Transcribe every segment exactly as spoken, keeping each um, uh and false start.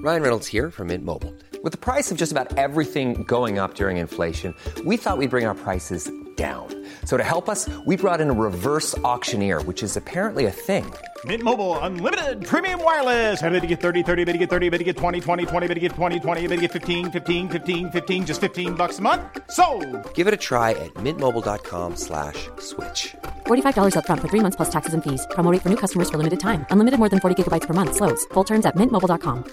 Ryan Reynolds here from Mint Mobile. With the price of just about everything going up during inflation, we thought we'd bring our prices down. So to help us, we brought in a reverse auctioneer, which is apparently a thing. Mint Mobile Unlimited Premium Wireless. How to get thirty, thirty, how to get thirty, how to get twenty, twenty, twenty, how to get twenty, twenty, how to get fifteen, fifteen, fifteen, fifteen, just fifteen bucks a month? Sold! Give it a try at mintmobile.com slash switch. forty-five dollars up front for three months plus taxes and fees. Promo rate for new customers for limited time. Unlimited more than forty gigabytes per month. Slows full terms at mint mobile dot com.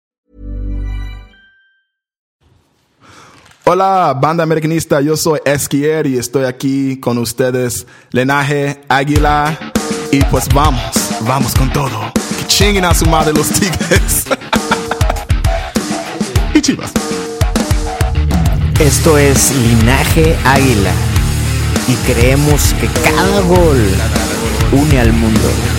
Hola, banda americanista, yo soy Esquier y estoy aquí con ustedes, Linaje Águila, y pues vamos, vamos con todo. Que chinguen a su madre los Tigres. Y Chivas. Esto es Linaje Águila y creemos que cada gol une al mundo.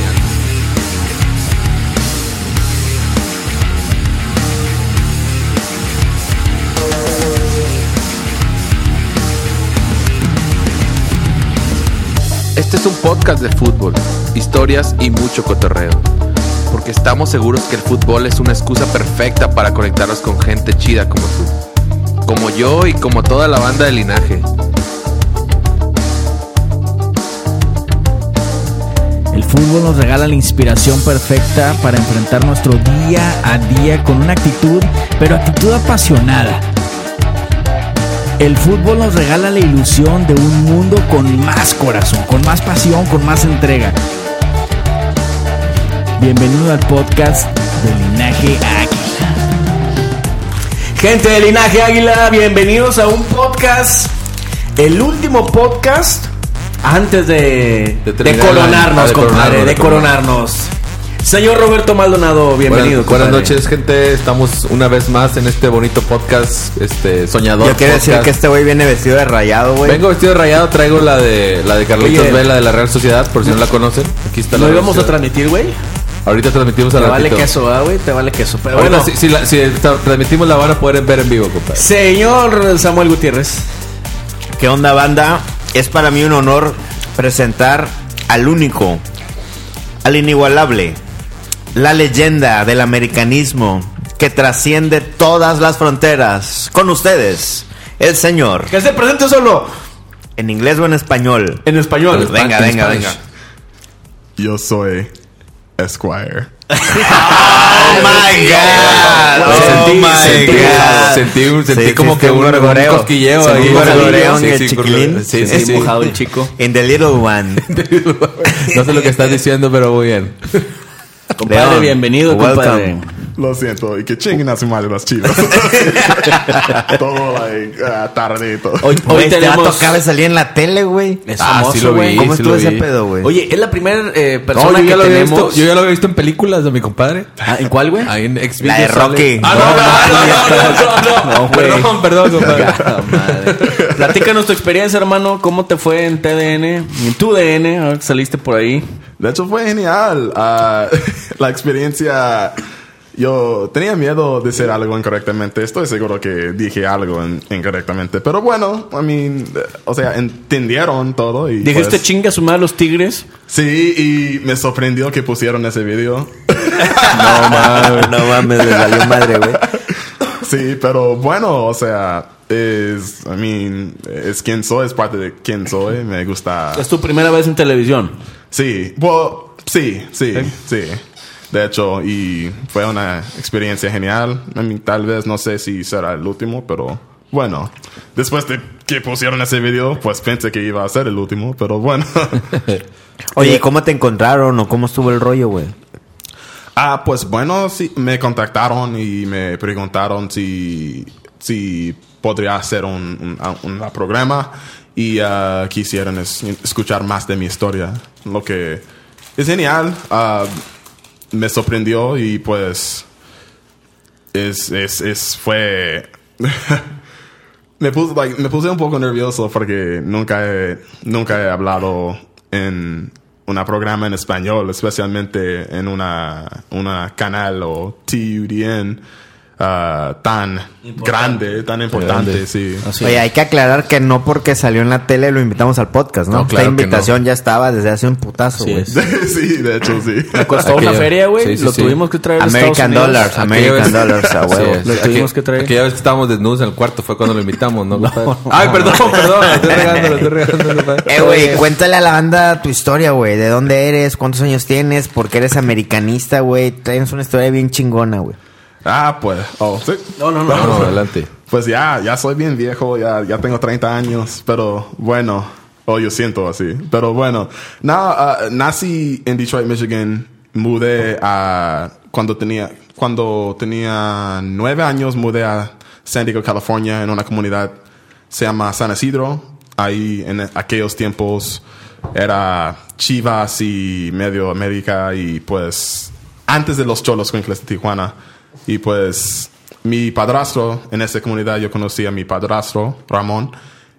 Este es un podcast de fútbol, historias y mucho cotorreo, porque estamos seguros que el fútbol es una excusa perfecta para conectarnos con gente chida como tú, como yo y como toda la banda de Linaje. El fútbol nos regala la inspiración perfecta para enfrentar nuestro día a día con una actitud, pero actitud apasionada. El fútbol nos regala la ilusión de un mundo con más corazón, con más pasión, con más entrega. Bienvenido al podcast de Linaje Águila. Gente de Linaje Águila, bienvenidos a un podcast, el último podcast antes de, de, de coronarnos, compadre, de coronarnos. Señor Roberto Maldonado, bienvenido. Buenas, buenas noches, gente. Estamos una vez más en este bonito podcast, este soñador. Yo quiero podcast. decir que este güey viene vestido de rayado, güey. Vengo vestido de rayado, traigo la de la de Carlitos Oye, Vela de la Real Sociedad, por si no la conocen. Aquí está la. ¿Lo íbamos a transmitir, güey? Ahorita transmitimos a la. Te ratito. vale queso, ¿eh, güey? Te vale queso. Pero bueno, bueno, si, si, la, si transmitimos la van a poder ver en vivo, compadre. Señor Samuel Gutiérrez. ¿Qué onda, banda? Es para mí un honor presentar al único, al inigualable, la leyenda del americanismo que trasciende todas las fronteras. Con ustedes, el señor. Que se presente solo. ¿En inglés o en español? En español. Pues venga, venga, venga. Yo soy Esquire. Oh my God. Oh sentí, my sentí, God. Sentí, sentí, sentí Sí, como sí, que un un, gorgoreo. un cosquilleo Sí, ahí. un gorgoreo Sí, en el sí, chiquilín. Sí, sí, Es sí. mojado el chico. In the little one. No sé lo que estás diciendo, pero muy bien. Compadre, León, bienvenido, welcome. compadre. Lo siento, y que chinguen a su madre las Chivas. Todo, like, uh, tardito. Hoy, Hoy hoy te va a tenemos. tocar de salir en la tele, güey. Es Ah, famoso, sí lo vi. güey. ¿Cómo sí estuvo lo ese vi. pedo, güey? Oye, es la primera eh, No, persona yo, ya que lo había tenemos. visto, yo ya lo había visto en películas de mi compadre. Ah, ¿en cuál, güey? Ahí en X La de Rocky. Ah, no, no, no, no, no, no, No, güey. Perdón, perdón, compadre. Ah, madre. Platícanos tu experiencia, hermano. ¿Cómo te fue en T D N? En tu D N, ahora que saliste por ahí. De hecho, fue genial. Uh, la experiencia. Yo tenía miedo de decir algo incorrectamente. Estoy seguro que dije algo in- incorrectamente. Pero bueno, I mean, eh, o sea, entendieron todo. Y Dijiste pues, chinga su madre a los Tigres. sí, y me sorprendió que pusieron ese video. No mames, no mames, le salió madre, güey. Sí, pero bueno, o sea, es, I mean, es quien soy, es parte de quien soy. Me gusta. Es tu primera vez en televisión. Sí, well, sí, sí, sí. De hecho, y fue una experiencia genial. I mean, tal vez no sé si será el último, pero bueno. Después de que pusieron ese video, pues pensé que iba a ser el último, pero bueno. Oye, ¿cómo te encontraron o cómo estuvo el rollo, güey? Ah, pues bueno, sí, me contactaron y me preguntaron si, si podría hacer un, un, un programa y uh, quisieran es, escuchar más de mi historia, lo que es genial. Uh, me sorprendió y pues es, es, es fue me puse like, me puse un poco nervioso porque nunca he, nunca he hablado en un programa en español, especialmente en una una canal o T U D N. uh, tan grande, tan importante, grande. sí. Así Oye, es. Hay que aclarar que no porque salió en la tele lo invitamos al podcast, ¿no? No, claro. Esta invitación no. ya estaba desde hace un putazo, güey. Sí, sí, de hecho, sí. Me costó Aquella, una feria, güey. sí, sí, lo sí. tuvimos que traer a American Estados Unidos. Dollars, American Aquella vez- Dollars, a huevo. Sí, Lo sí. tuvimos Aqu- que traer. Aquella vez que estábamos desnudos en el cuarto fue cuando lo invitamos, ¿no? compadre? Ay, perdón, perdón. Lo estoy regando, lo estoy regando. compadre. Eh, güey, cuéntale a la banda tu historia, güey. ¿De dónde eres? ¿Cuántos años tienes? ¿Por qué eres americanista, güey? Tienes una historia bien chingona, güey. Ah, pues. Oh, sí. No, no, no. No, no, adelante. Pues ya, ya soy bien viejo, ya, ya tengo treinta años, pero bueno, oh, yo siento así, pero bueno. No, uh, nací en Detroit, Michigan, mudé a, cuando tenía, cuando tenía nueve años, mudé a San Diego, California, en una comunidad, se llama San Isidro. Ahí en aquellos tiempos era Chivas y Medio América y pues antes de los Cholos Quincles de Tijuana. Y pues mi padrastro, en esa comunidad yo conocí a mi padrastro, Ramón,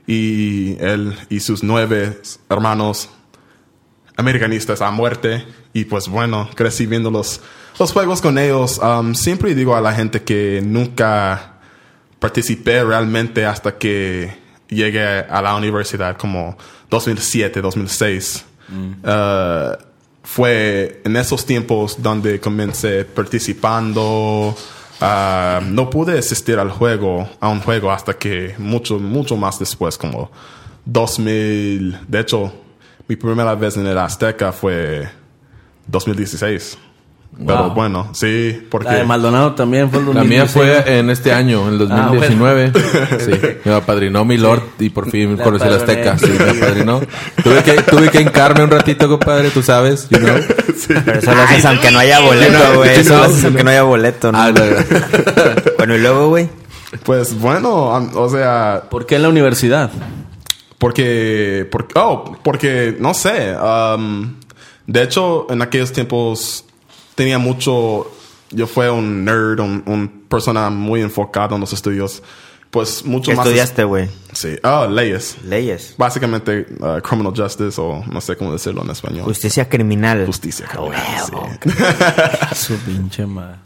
y él y sus nueve hermanos americanistas a muerte. Y pues bueno, crecí viendo los, los juegos con ellos. Um, siempre digo a la gente que nunca participé realmente hasta que llegué a la universidad como dos mil siete, dos mil seis. Mm. Uh, fue en esos tiempos donde comencé participando. Uh, no pude asistir al juego, a un juego hasta que mucho, mucho más después, como dos mil. De hecho, mi primera vez en el Azteca fue dos mil dieciséis. Pero Wow. bueno, sí, porque... La de Maldonado también fue el dos La mil mía dieciséis. fue en este año, en el dos mil diecinueve. Sí, me apadrinó mi Lord y por fin La conocí la Azteca. padroné. Sí, me apadrinó. Tuve que, tuve que hincarme un ratito, compadre, tú sabes, you know. Pero eso lo haces aunque no haya boleto, güey. Eso lo haces aunque no haya boleto, ¿no? Ah, no, no. Bueno, y luego, güey. Pues bueno, um, o sea, ¿Por qué en la universidad? porque, porque, oh, porque, no sé, um, de hecho, en aquellos tiempos tenía mucho, yo fui un nerd, un, un persona muy enfocada en los estudios, pues mucho ¿Qué más... estudiaste, güey? Sí, oh, leyes. Leyes. Básicamente, uh, criminal justice, o no sé cómo decirlo en español. Justicia criminal. Justicia criminal, sí. Su pinche madre.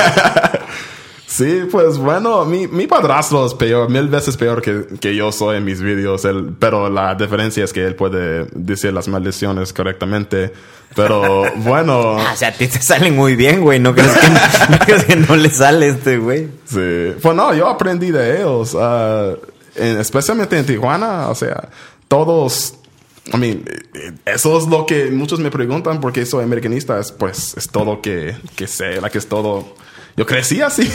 Sí, pues bueno, mi, mi padrastro es peor, mil veces peor que, que yo soy en mis vídeos, él, pero la diferencia es que él puede decir las maldiciones correctamente. Pero bueno. Ah, o sea, a ti te salen muy bien, güey. ¿No crees que no, no, crees que no le sale este, güey? Sí. Pues no, yo aprendí de ellos, uh, en, especialmente en Tijuana, o sea, todos... I mean, eso es lo que muchos me preguntan porque soy americanista, es, pues es todo que, que sé, la que es todo... Yo crecí así.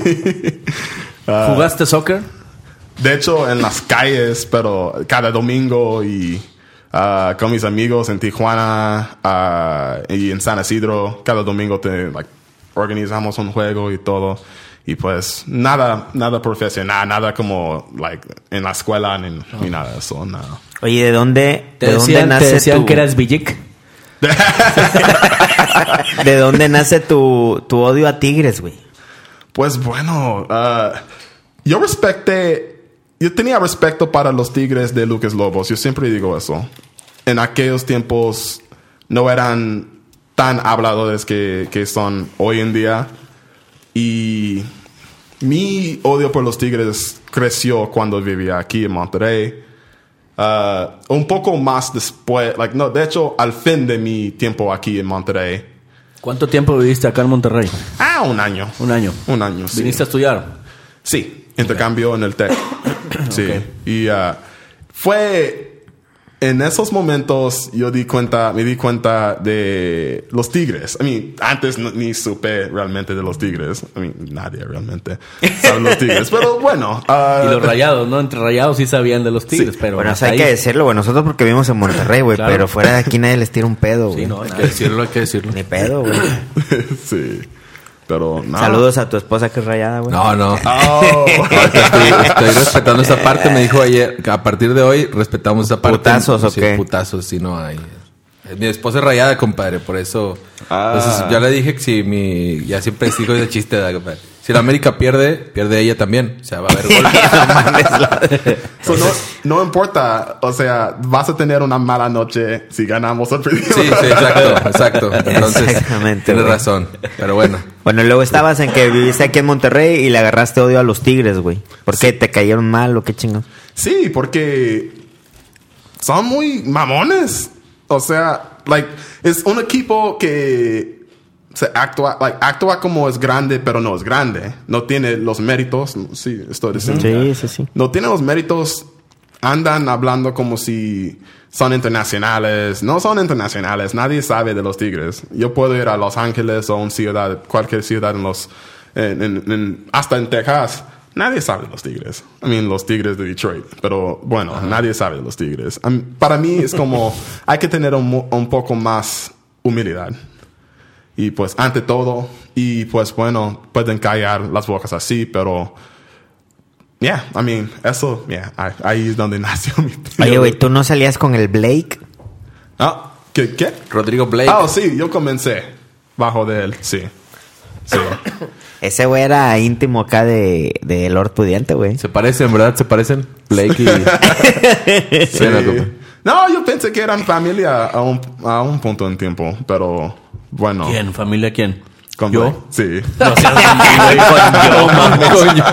uh, ¿Jugaste soccer? De hecho, en las calles, pero cada domingo y uh, con mis amigos en Tijuana uh, y en San Isidro, cada domingo te, like, organizamos un juego y todo. Y pues nada, nada profesional, nada como like, en la escuela ni, oh. ni nada de eso, nada. Oye, ¿de dónde, ¿Te de decían, dónde nace te decían tu... que eras Villic? ¿De dónde nace tu, tu odio a Tigres, güey? Pues bueno, uh, yo respeté, yo tenía respeto para los Tigres de Lucas Lobos, yo siempre digo eso. En aquellos tiempos no eran tan habladores que, que son hoy en día. Y mi odio por los Tigres creció cuando vivía aquí en Monterrey. Uh, un poco más después, like, no, de hecho, al fin de mi tiempo aquí en Monterrey. ¿Cuánto tiempo viviste acá en Monterrey? Ah, un año. Un año. Un año, sí. ¿Viniste a estudiar? Sí, intercambio okay. en el TEC. Sí. Okay. Y uh, fue en esos momentos yo di cuenta, me di cuenta de los Tigres. I mean, antes no, ni supe realmente de los Tigres. I mean, nadie realmente sabe los Tigres. Pero bueno. Uh, y los Rayados, ¿no? Entre Rayados sí sabían de los Tigres, sí. pero... Bueno, o sea, hay que decirlo, güey. Nosotros porque vivimos en Monterrey, güey. Claro. Pero fuera de aquí nadie les tira un pedo, güey. Sí, no, hay que decirlo, hay que decirlo. Ni pedo, güey. Sí. Pero no. Saludos a tu esposa que es rayada, güey. No, no. Oh. estoy, estoy respetando esa parte. Me dijo ayer que a partir de hoy respetamos esa parte. ¿Putazos o sí, qué? Putazos, sí, no hay. Mi esposa es rayada, compadre. Por eso. Ah. Entonces, ya le dije que si mi... Ya siempre sigo ese chiste, ¿verdad, compadre? Si la América pierde, pierde ella también. O sea, va a haber gol. So, no, no importa, o sea, vas a tener una mala noche si ganamos o perdimos. Sí, sí, exacto, exacto. Entonces, Exactamente, tienes güey. razón. Pero bueno. Bueno, luego estabas en que viviste aquí en Monterrey y le agarraste odio a los Tigres, güey. ¿Por qué? ¿Te cayeron mal o qué chingón? Sí, porque son muy mamones. O sea, like, es un equipo que se actúa, like, actúa como es grande, pero no es grande. No tiene los méritos. Sí, estoy diciendo. Sí, sí, sí. No tiene los méritos. Andan hablando como si son internacionales. No son internacionales. Nadie sabe de los Tigres. Yo puedo ir a Los Ángeles o una ciudad, cualquier ciudad en los, en, en, en, hasta en Texas. Nadie sabe de los Tigres. I mean, los Tigres de Detroit. Pero bueno, uh-huh. Nadie sabe de los Tigres. Um, para mí es como hay que tener un, un poco más humildad. Y pues ante todo, y pues bueno, pueden callar las bocas así, pero yeah, I mean, eso, yeah, ahí, ahí es donde nació mi tío. Oye, güey, ¿tú no salías con el Blake? Ah, ¿qué? ¿Qué? Rodrigo Blake. Ah, oh, sí, yo comencé bajo de él, sí. Sí. Ese güey era íntimo acá de, de Lord Pudiente, güey. Se parecen, ¿verdad? Se parecen Blake y... sí. No, yo pensé que eran familia a un, a un punto en tiempo, pero bueno. ¿Quién? ¿Familia quién? ¿Con ¿Yo? Blake? Sí. No seas mamón, yo, mames.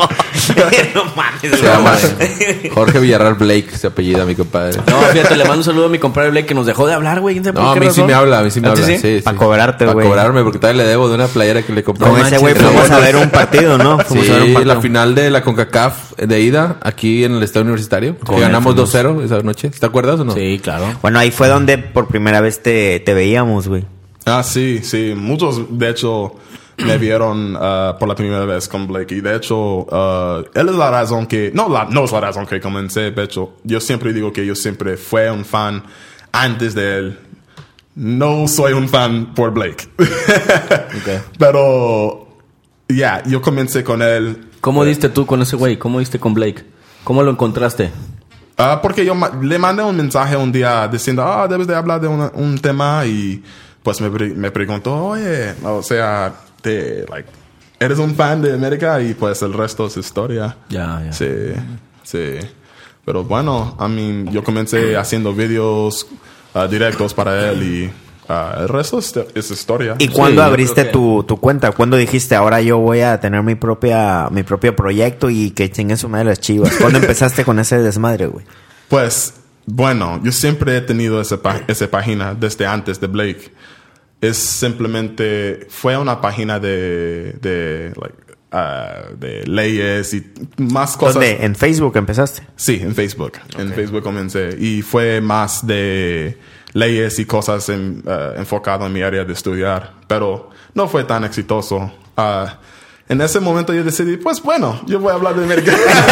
No mames, Se llama Jorge Villarreal Blake, se apellida mi compadre. No, fíjate, le mando un saludo a mi compadre Blake que nos dejó de hablar, güey. ¿Quién sabe No, por a qué mí sí razón? me habla, a mí sí me ¿A ti habla. sí? Sí, sí. Para cobrarte, güey. Para cobrarme, porque todavía le debo de una playera que le compré. Con No ese güey manches, fuimos no, a ver un partido, ¿no? Fuimos Sí, a ver un partido. la final de la CONCACAF de ida aquí en el Estadio Universitario. Con Que él ganamos fuimos. dos cero esa noche. ¿Te acuerdas o no? Sí, claro. Bueno, ahí fue donde por primera vez te, te veíamos, güey. Ah, sí, sí. Muchos, de hecho, me vieron uh, por la primera vez con Blake. Y de hecho, uh, él es la razón que... No, la, no es la razón que comencé. De hecho, yo siempre digo que yo siempre fui un fan antes de él. No soy un fan por Blake. Okay. Pero, ya, yeah, yo comencé con él. ¿Cómo diste tú con ese güey? ¿Cómo diste con Blake? ¿Cómo lo encontraste? Uh, porque yo ma- le mandé un mensaje un día diciendo, ah, debes de hablar de una, un tema. Y pues me, pre- me preguntó, oye, o sea, te, like, ¿eres un fan de América? Y pues el resto es historia. Ya, ya. Sí, sí. Pero bueno, I mean, yo comencé haciendo videos uh, directos para él y uh, el resto es, es historia. ¿Y cuándo yo abriste creo que- tu, tu cuenta? ¿Cuándo dijiste, ahora yo voy a tener mi propia mi propio proyecto y que chinguen su madre las Chivas? ¿Cuándo empezaste con ese desmadre, güey? Pues, bueno, yo siempre he tenido esa, pa- esa página desde antes de Blake. Es simplemente, fue una página de, de, like, uh, de leyes y más cosas. ¿Dónde? ¿En Facebook empezaste? Sí, en Facebook. En Facebook comencé. Y fue más de leyes y cosas en, uh, enfocado en mi área de estudiar. Pero no fue tan exitoso. Uh, en ese momento yo decidí, pues bueno, yo voy a hablar de América.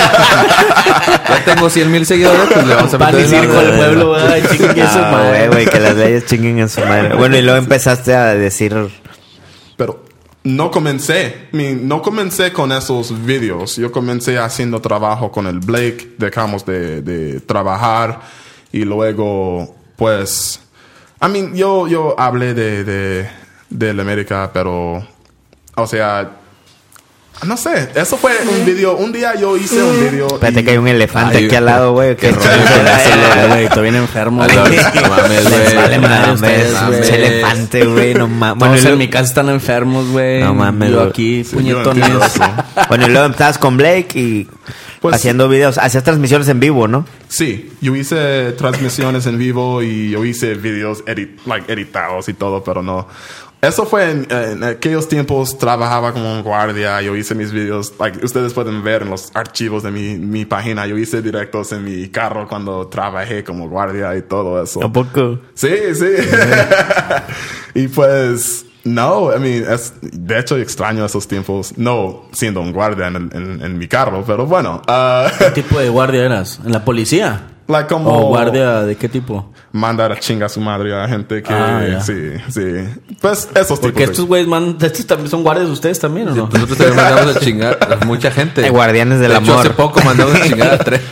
Ya tengo cien mil seguidores, pues le vamos a Pan y meter en circo la- al pueblo, güey. Chinguen a su Ah, madre. güey, güey, que las leyes chinguen en su madre. Bueno, y luego empezaste a decir... Pero no comencé. I mean, no comencé con esos videos. Yo comencé haciendo trabajo con el Blake. Dejamos de, de trabajar. Y luego, pues... I mean, yo, yo hablé de, de, de la América, pero... O sea... No sé. Eso fue un video... Un día yo hice un video... Espérate y- que hay un elefante Ay, aquí al lado, güey. Que Güey, estoy bien enfermo, güey. No mames, Les güey. vale madre a mames, ustedes, mames. güey. ese elefante, güey, no mames. Todos y en luego- mi casa están enfermos, güey. No mames, Yo güey. aquí, Sí, yo puñetones. entiendo. Bueno, y luego estabas con Blake y Pues- haciendo videos. Hacías transmisiones en vivo, ¿no? Sí, yo hice transmisiones en vivo y yo hice videos edit, like, editados y todo, pero no. Eso fue en, en aquellos tiempos, trabajaba como un guardia, yo hice mis videos, like, ustedes pueden ver en los archivos de mi, mi página, yo hice directos en mi carro cuando trabajé como guardia y todo eso. ¿A poco? Sí, sí. Y pues, no, I mean, es, de hecho extraño esos tiempos, no siendo un guardia en, el- en, en mi carro, pero bueno. uh, ¿Qué tipo de guardia eras? ¿En la policía? like como ¿O guardia de qué tipo? mandar a chinga a su madre a gente que... Ah, ya. sí, sí. Pues esos Porque tipos estos de... güeyes, man, estos también son guardias de ustedes también, ¿o no? Nosotros también mandamos a chingar a mucha gente. Hay guardianes del de hecho, amor. hace poco mandamos a chingar a tres.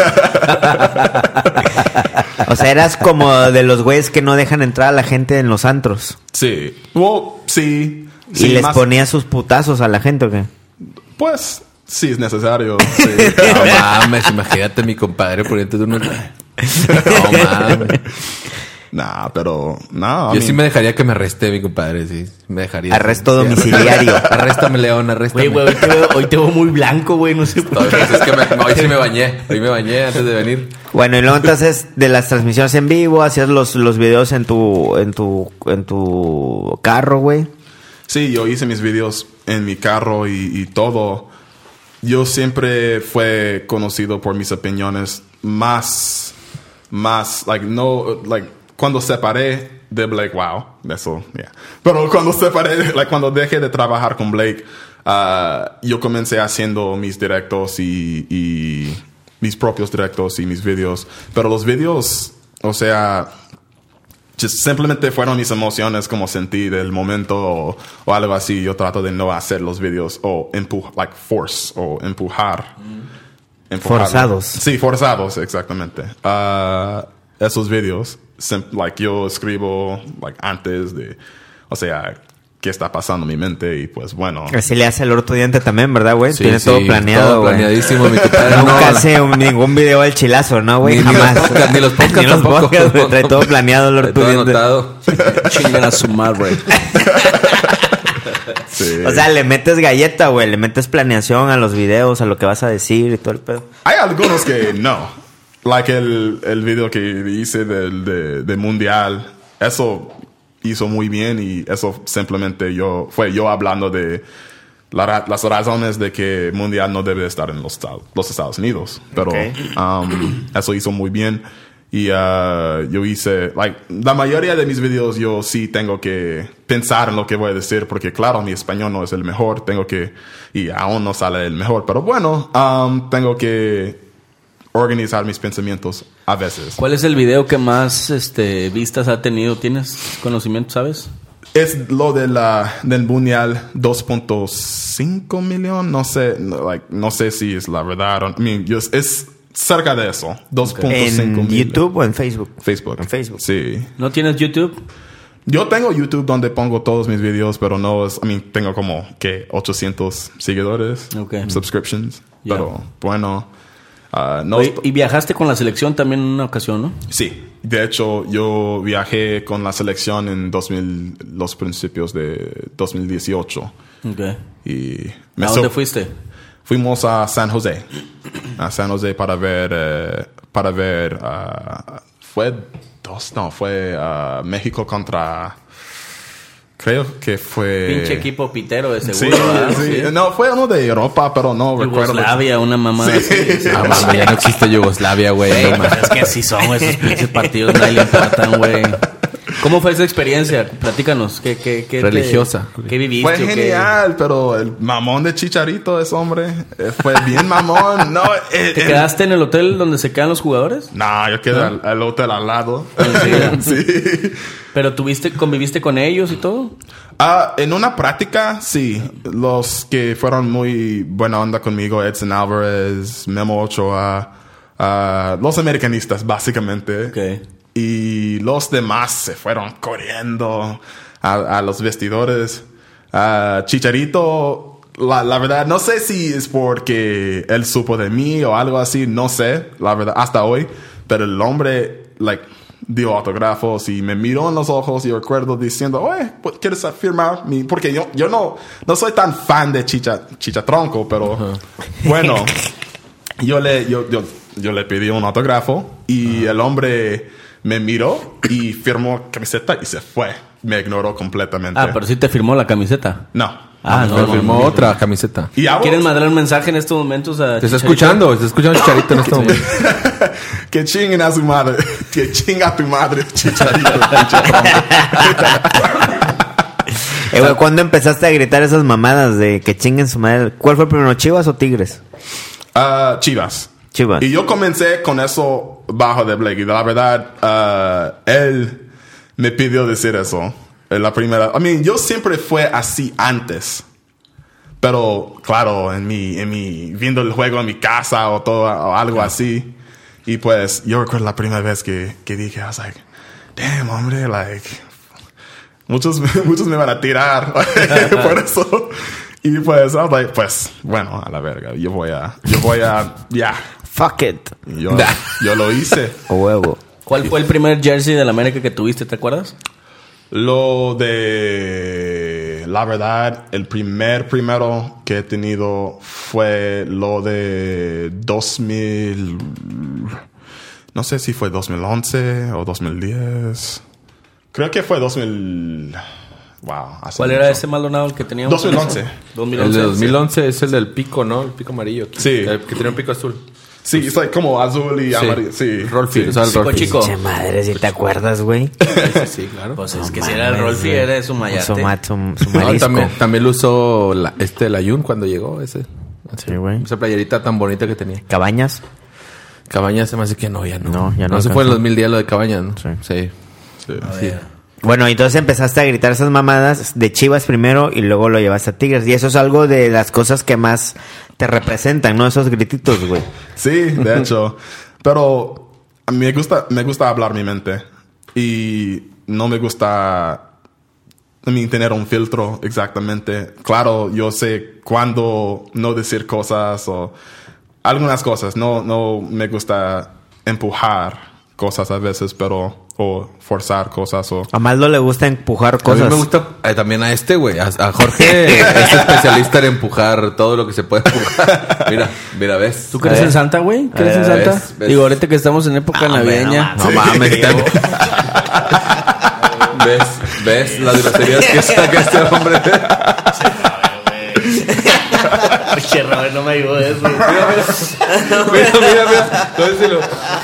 O sea, eras como de los güeyes que no dejan entrar a la gente en los antros. Sí. Well, sí. Y sí, les más- ponía sus putazos a la gente, ¿o qué? Pues, sí es necesario. Sí. No mames, imagínate mi compadre poniéndote unos... No mames. Nah, pero... No, Yo sí me dejaría que me arreste mi compadre, sí. Me dejaría... Arresto sí, domiciliario. Arréstame, León, arréstame. Güey, güey, hoy te veo, hoy te veo muy blanco, güey, no sé por qué. Es que me, hoy sí me bañé. Hoy me bañé antes de venir. Bueno, y luego entonces de las transmisiones en vivo, hacías los, los videos en tu, en tu, en tu carro, güey. Sí, yo hice mis videos en mi carro y, y todo. Yo siempre fue conocido por mis opiniones más, más, like, no, like, cuando separé de Blake, wow, eso, yeah. Pero cuando separé, like, cuando dejé de trabajar con Blake, uh, yo comencé haciendo mis directos y, y mis propios directos y mis videos. Pero los videos, o sea, just simplemente fueron mis emociones, como sentí del momento o, o algo así. Yo trato de no hacer los videos o empujar, like force o empujar. Mm. empujar. Forzados. Sí, forzados, exactamente. Uh, esos videos, like yo escribo like antes de, o sea, qué está pasando en mi mente y pues bueno. Así le hace el orto diente también, ¿verdad, güey? Sí, Tiene sí, todo planeado, todo güey. planeadísimo, mi compadre. Nunca No, hace un- ningún video al chilazo, ¿no, güey? Ni- ni Jamás. los podcasts, ni los podcasts Ni los tampoco. podcasts, güey. Trae todo planeado el orto todo diente. anotado. Chingan a su madre. Sí. O sea, le metes galleta, güey. Le metes planeación a los videos, a lo que vas a decir y todo el pedo. Hay algunos que no. Like el, el video que hice del de, de Mundial. Eso hizo muy bien y eso simplemente yo... Fue yo hablando de la ra- las razones de que Mundial no debe estar en los, esta- los Estados Unidos. Pero Ok. um, eso hizo muy bien. Y uh, yo hice... Like, la mayoría de mis videos yo sí tengo que pensar en lo que voy a decir. Porque claro, mi español no es el mejor. Tengo que... Y aún no sale el mejor. Pero bueno, um, tengo que organizar mis pensamientos a veces. ¿Cuál es el video que más este, vistas ha tenido? ¿Tienes conocimiento, sabes? Es lo de la, del Mundial dos punto cinco millón. No sé, no, like, no sé si es la verdad. I mean, yo- es cerca de eso. dos punto cinco ¿En millón. YouTube o en Facebook? Facebook. En Facebook. Sí. ¿No tienes YouTube? Yo tengo YouTube donde pongo todos mis videos, pero no es... I mean, tengo como, que ochocientos seguidores. Ok. Subscriptions. Ya. Pero, bueno... ah, no Oye, est- y viajaste con la selección también en una ocasión, ¿no? Sí, de hecho yo viajé con la selección en dos mil, los principios de dos mil dieciocho. Ok. Y ¿A so- dónde fuiste? Fuimos a San José, a San José para ver, eh, para ver, ah, fue dos, no, fue ah, México contra, creo que fue... Pinche equipo pitero de Sí, seguro, ¿verdad? sí. No, fue uno de Europa, pero no recuerdo. Yugoslavia, una mamá Sí. así. Ah, mames, ya no existe Yugoslavia, güey. Güey, No pues mames. es que así son esos pinches partidos, nadie le importan, güey. ¿Cómo fue esa experiencia? Platícanos. ¿Qué, qué, qué te- Religiosa. ¿Qué viviste? Fue o qué? genial, pero el mamón de Chicharito, ese hombre, eh, fue bien mamón. No, eh, ¿Te eh, quedaste en el hotel donde se quedan los jugadores? No, yo quedé al, al hotel al lado. ¿En serio? Sí. ¿Pero tuviste, conviviste con ellos y todo? Ah, en una práctica, sí. Los que fueron muy buena onda conmigo, Edson Álvarez, Memo Ochoa, ah, los americanistas, básicamente. Ok. Y los demás se fueron corriendo a, a los vestidores. Ah, Chicharito, la, la verdad, no sé si es porque él supo de mí o algo así, no sé, la verdad, hasta hoy. Pero el hombre, like, dio autógrafos y me miró en los ojos y recuerdo diciendo, oye, ¿quieres firmar mi? Porque yo, yo no, no soy tan fan de Chicha, Chicha Tronco, pero uh-huh. bueno, yo le, yo, yo, yo le pedí un autógrafo y uh-huh. el hombre me miró y firmó camiseta y se fue. Me ignoró completamente. Ah, pero sí te firmó la camiseta. No. Ah, Me no, no, firmó no. otra camiseta. ¿Y hago? ¿Quieres mandar un mensaje en estos momentos a Te está Chicharito? escuchando, te está escuchando Chicharito en este momento. Que chinguen a su madre. Que chinga a tu madre, Chicharito. Eh, güey, ¿cuándo empezaste a gritar esas mamadas de que chinguen su madre? ¿Cuál fue primero, Chivas o Tigres? Uh, Chivas. Chivas. Y yo comencé con eso bajo de Blake. Y la verdad, uh, él me pidió decir eso. En la primera. I mean, yo siempre fue así antes. Pero, claro, en mi, en mi, viendo el juego en mi casa o todo, o algo así. Y pues, yo recuerdo la primera vez que, que dije, I was like, damn, hombre, like, muchos, muchos me van a tirar por eso. Y pues, I was like, pues, bueno, a la verga. Yo voy a, yo voy a, ya. Yeah. Fuck it. Yo, yo lo hice. Huevo. ¿Cuál fue el primer jersey de la América que tuviste, te acuerdas? Lo de... La verdad, el primer primero que he tenido fue lo de dos mil... No sé si fue dos mil once o dos mil diez. Creo que fue dos mil... Wow. ¿Cuál era ese Maldonado que teníamos? dos mil once. dos mil once. El de dos mil once sí. Es el del pico, ¿no? El pico amarillo. Sí. El que tiene un pico azul. Sí, es like como azul y sí. amarillo. Sí. Rolfi. Sí. O sea, el Rolfi. Chico. Che madre, si te acuerdas, güey. Sí, sí, claro. Pues es No que mames, si era el Rolfi, güey. era su mayate. Su, ma- su, su No, marisco. también, también lo usó la, este, la Jun cuando llegó ese. Sí, güey. Esa playerita tan bonita que tenía. Cabañas. Cabañas se me hace que no, ya no. No, ya no No se alcanzó. fue en el dos mil diez lo de Cabañas, ¿no? Sí. Sí. Sí. Sí. Bueno, entonces empezaste a gritar esas mamadas de Chivas primero y luego lo llevaste a Tigres. Y eso es algo de las cosas que más te representan, ¿no? Esos grititos, güey. Sí, de hecho. Pero a mí me gusta, me gusta hablar mi mente. Y no me gusta I mean, tener un filtro exactamente. Claro, yo sé cuándo no decir cosas o algunas cosas. No, no me gusta empujar cosas a veces, pero... o forzar cosas o... A Maldo le gusta empujar A cosas. mí me gusta eh, también a este, güey. A, a Jorge es especialista en empujar todo lo que se puede empujar. Mira, mira, ¿ves? ¿Tú crees en Santa, güey? ¿Crees en ver, Santa? ves, ves. Digo, ahorita que estamos en época Ah, navideña. No mames. también. ¿Ves? ¿Ves las groserías que saca este hombre? Che, Robert, no me ayudó eso. Mira, mira, mira. Tómeselo.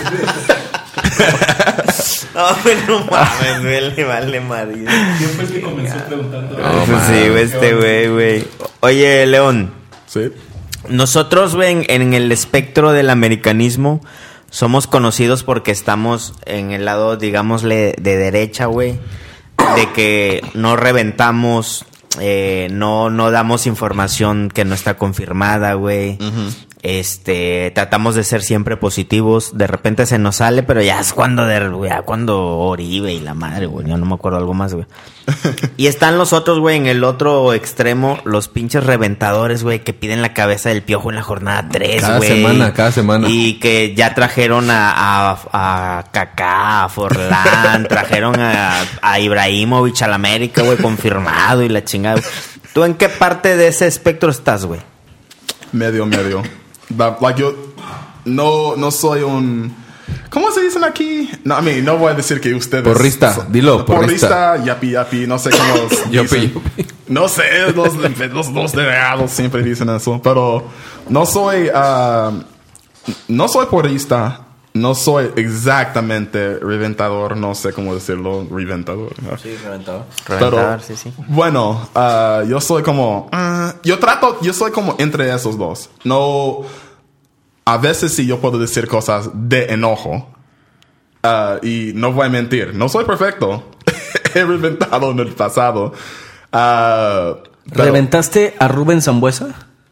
No, no mames, güey, le vale madre. ¿Quién fue el que comenzó preguntando? Pues sí, güey, este güey, güey. Oye, León. Sí. Nosotros, güey, en, en el espectro del americanismo, somos conocidos porque estamos en el lado, digámosle, de derecha, güey. De que no reventamos, eh, no, no damos información que no está confirmada, güey. Uh-huh. Este, tratamos de ser siempre positivos. De repente se nos sale, pero ya es cuando de, ya cuando Oribe y la madre, güey. Yo no me acuerdo algo más, güey. Y están los otros, güey, en el otro extremo, los pinches reventadores, güey, que piden la cabeza del Piojo en la jornada tres, Cada güey. semana, cada semana. Y que ya trajeron a, a, a Kaká, a Forlán, trajeron a, a Ibrahimovic al América, güey, confirmado y la chingada. ¿Tú en qué parte de ese espectro estás, güey? Medio, medio. But, like, yo no, no soy un... ¿Cómo se dicen aquí? No, I mean, no voy a decir que ustedes... Porrista, dilo, porrista. Porrista, yapi, yapi, no sé cómo Yapi, dicen. yapi. No sé, los, los, los delegados siempre dicen eso. Pero no soy... Uh, no soy porrista. No soy exactamente reventador. No sé cómo decirlo. Reventador. ¿no? Sí, reventador. Reventador, Pero, sí, sí. bueno, uh, yo soy como... Uh, yo trato... Yo soy como entre esos dos. No... A veces sí yo puedo decir cosas de enojo. Uh, y no voy a mentir. No soy perfecto. He reventado en el pasado. Uh, pero- ¿Reventaste a Rubén Sambuesa?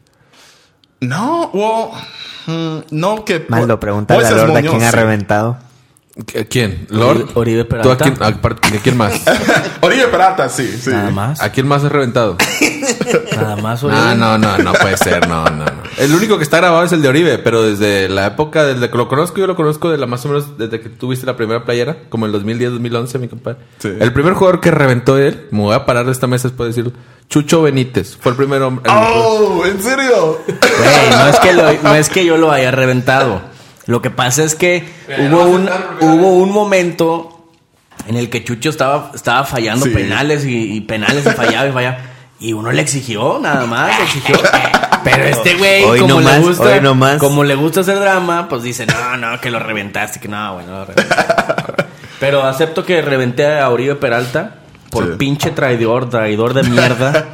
No, well... mm, no que... Maldo, pregúntale a Moisés Lord a Muñoz, quién ha sí. reventado. ¿Quién? ¿Lord? Oribe ¿Tú a Peralta. quién, aparte, ¿de quién más? Oribe Peralta, sí, sí. Nada más. ¿A quién más has reventado? Nada más, Oribe. Ah, no, no, no puede ser, no, no, no. El único que está grabado es el de Oribe, pero desde la época, desde que lo conozco, yo lo conozco de la más o menos desde que tuviste la primera playera, como el dos mil diez, dos mil once, mi compadre. Sí. El primer jugador que reventó él, me voy a parar de esta mesa después de decirlo, Chucho Benítez, fue el primer hombre. el- Oh, ¿en serio? Güey, no es que lo- no es que yo lo haya reventado. Lo que pasa es que hubo un, hubo un momento en el que Chucho estaba, estaba fallando Sí. penales y, y penales y fallaba y fallaba. Y uno le exigió, nada más, le exigió. Pero este güey, Hoy como no le más, gusta, hoy no más. como le gusta hacer drama, pues dice, no, no, que lo reventaste, que no, bueno, lo reventaste. Pero acepto que reventé a Oribe Peralta por Sí. pinche traidor, traidor de mierda.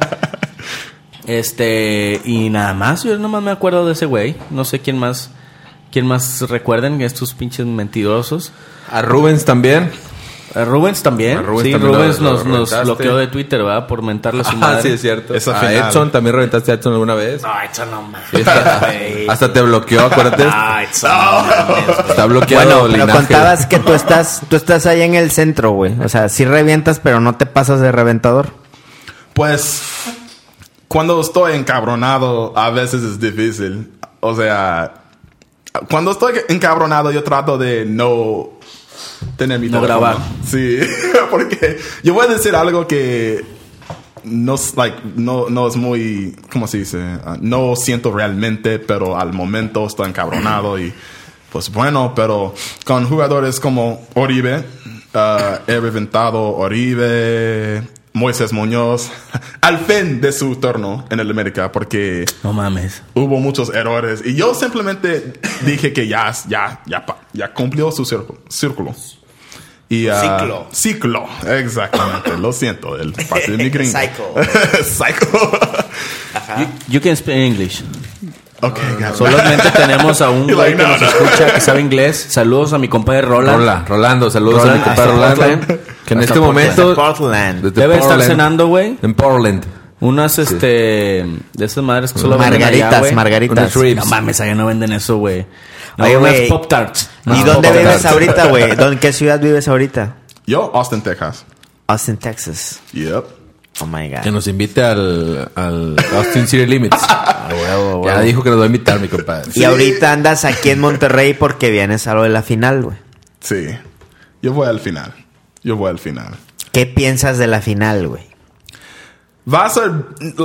Este, y nada más, yo nomás me acuerdo de ese güey. No sé quién más, quién más recuerden estos pinches mentirosos. A Rubens también. A Rubens también. A Rubens sí, también Rubens lo- lo nos, nos reventaste. bloqueó de Twitter, ¿verdad? Por mentarle a su Ah, madre. sí, es cierto. Esa a final. Edson, también reventaste a Edson alguna vez. No, eso no mames. Sí, hasta, hasta te bloqueó, acuérdate. Ah, eso no mames, güey. Está bloqueado Bueno, pero linaje. contabas que tú estás, tú estás ahí en el centro, güey. O sea, sí revientas, pero no te pasas de reventador. Pues... cuando estoy encabronado, a veces es difícil. O sea, cuando estoy encabronado, yo trato de no tener mi no teléfono. grabar. Sí, porque yo voy a decir algo que no, like, no, no es muy, ¿cómo se dice? Uh, no siento realmente, pero al momento estoy encabronado y pues bueno, pero con jugadores como Oribe, uh, he reventado Oribe, Moisés Muñoz, al fin de su turno en el América, porque no mames, hubo muchos errores y yo simplemente dije que ya, ya, ya, ya cumplió su círculo. círculo. Y, uh, ciclo. Ciclo, exactamente. Lo siento, el parte de mi gringo. Cycle. Cycle. you, you can speak English. Okay, no, solamente tenemos a un güey que nos escucha que sabe inglés. Saludos a mi compadre Roland. Rola, Rolando, saludos Roland, a mi compadre Rolando. Que en hasta este momento Portland. desde debe Portland, estar cenando, güey. En Portland. Unas, sí. este, de esas madres que solo margaritas, venden allá, margaritas. No mames, allá no venden eso, güey. No, oye, unas güey. Pop Tarts. ¿Y No, dónde Pop vives Tarts. ahorita, güey? ¿En qué ciudad vives ahorita? Yo, Austin, Texas. Austin, Texas. Yep. Oh my God. Que nos invite al, al Austin City Limits. A huevo, huevo. Ya dijo que nos va a invitar, mi compadre. Y ahorita andas aquí en Monterrey porque vienes a lo de la final, güey. Sí. Yo voy al final. Yo voy al final. ¿Qué piensas de la final, güey? Va a ser...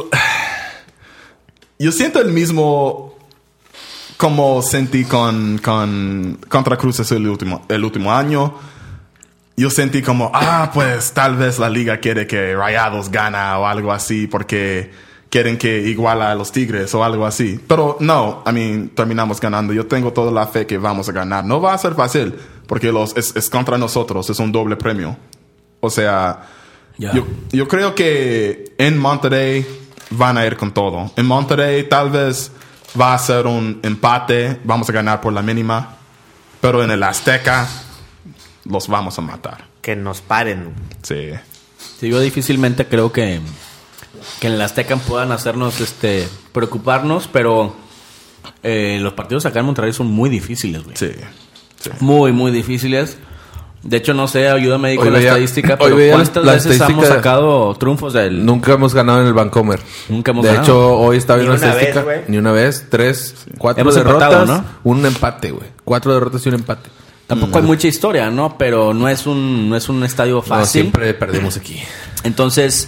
Yo siento el mismo como sentí con, con contra Cruz Azul el último, el último año. Yo sentí como, ah, pues tal vez la liga quiere que Rayados gana o algo así porque quieren que iguala a los Tigres o algo así. Pero no, I mean, terminamos ganando. Yo tengo toda la fe que vamos a ganar. No va a ser fácil porque los, es, es contra nosotros, es un doble premio. O sea, yeah. yo, yo creo que en Monterrey van a ir con todo. En Monterrey tal vez va a ser un empate, vamos a ganar por la mínima, pero en el Azteca los vamos a matar. Que nos paren. Sí. Sí, yo difícilmente creo que, que en el Azteca puedan hacernos este preocuparnos, pero eh, los partidos acá en Monterrey son muy difíciles, güey. Sí, sí. Muy, muy difíciles. De hecho, no sé, ayúdame ahí Hoy con veía- la estadística, hoy pero veía ¿cuántas la veces hemos estadística- sacado triunfos del...? Nunca hemos ganado en el Vancomer. Nunca hemos de ganado. hecho, hoy estaba Ni viendo la una vez, estadística. güey. Ni una vez. Tres, cuatro Hemos derrotas. empatado, ¿no? Un empate, güey. Cuatro derrotas y un empate. Tampoco hay mucha historia, ¿no? Pero no es un, no es un estadio No, fácil. siempre perdemos aquí. Entonces,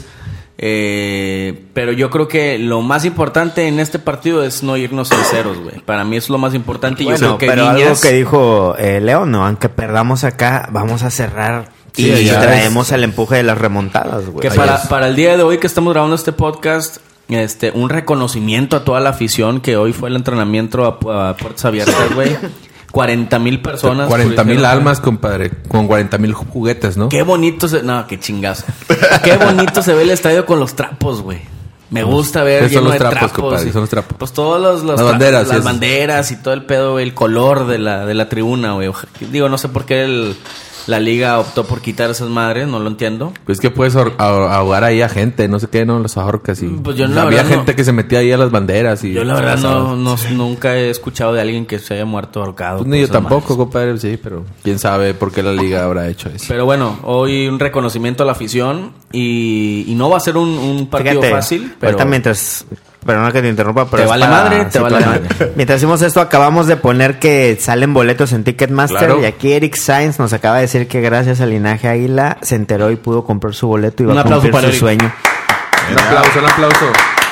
eh, pero yo creo que lo más importante en este partido es no irnos en ceros, güey. Para mí es lo más importante. Y yo Bueno, creo que pero Viñas- algo que dijo eh, León, ¿no? Aunque perdamos acá, vamos a cerrar Sí, y ya traemos el empuje de las remontadas, güey. que Ahí para, es. para el día de hoy que estamos grabando este podcast, este, un reconocimiento a toda la afición que hoy fue el entrenamiento a, pu- a puertas abiertas, güey. cuarenta mil personas. cuarenta mil pudieron- almas, compadre. Con cuarenta mil juguetes, ¿no? Qué bonito se... No, qué chingazo. Qué bonito se ve el estadio con los trapos, güey. Me gusta ver ¿Qué son lleno los de trapos, trapos. compadre? y- Son los trapos. Pues todos los... los Las tra- banderas, Las sí, eso. banderas y todo el pedo, güey, el color de la, de la tribuna, güey. Oja- Digo, no sé por qué el- la liga optó por quitar esas madres, no lo entiendo. Pues que puedes ahor- ahor- ahogar ahí a gente, no sé qué, ¿no? Los ahorcas y... Pues yo la había verdad no- gente que se metía ahí a las banderas y... Yo la verdad no, no- nunca he escuchado de alguien que se haya muerto ahorcado. Pues por ni yo esas tampoco, madres. compadre, sí, pero... ¿Quién sabe por qué la liga habrá hecho eso? Pero bueno, hoy un reconocimiento a la afición y, y no va a ser un, un partido Fíjate, fácil, pero... ahorita mientras... Perdona que te interrumpa, pero ¿Te es vale para- madre? ¿Te sí, vale para- madre? Mientras hicimos esto, acabamos de poner que salen boletos en Ticketmaster. Claro. Y aquí Eric Sainz nos acaba de decir que gracias al Linaje Águila se enteró y pudo comprar su boleto y va Un a aplauso cumplir para su Eric. sueño. Un aplauso, un aplauso.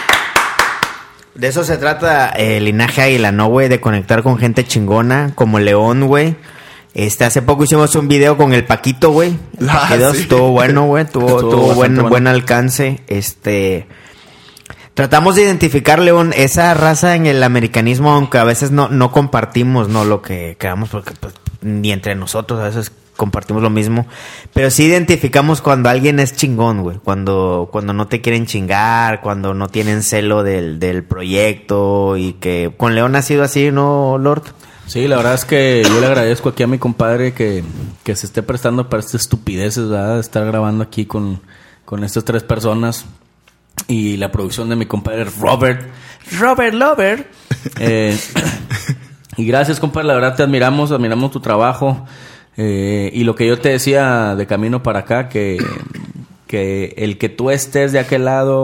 De eso se trata eh, Linaje Águila, ¿no, güey? De conectar con gente chingona como León, güey. Este, hace poco hicimos un video con el Paquito, güey. El Ah, video sí. estuvo bueno, güey. Tuvo, Estuvo tuvo bastante buen, bueno. buen alcance. Este... Tratamos de identificar, León, esa raza en el americanismo, aunque a veces no, no compartimos, ¿no? Lo que creamos, porque pues, ni entre nosotros a veces compartimos lo mismo. Pero sí identificamos cuando alguien es chingón, güey. Cuando, cuando no te quieren chingar, cuando no tienen celo del, del proyecto. Y que con León ha sido así, ¿no, Lord? Sí, la verdad es que yo le agradezco aquí a mi compadre que, que se esté prestando para estas estupideces, ¿verdad? De estar grabando aquí con, con estas tres personas. Y la producción de mi compadre Robert. Robert Lover. Eh, y gracias, compadre. La verdad te admiramos, admiramos tu trabajo. Eh, y lo que yo te decía de camino para acá, que, que el que tú estés de aquel lado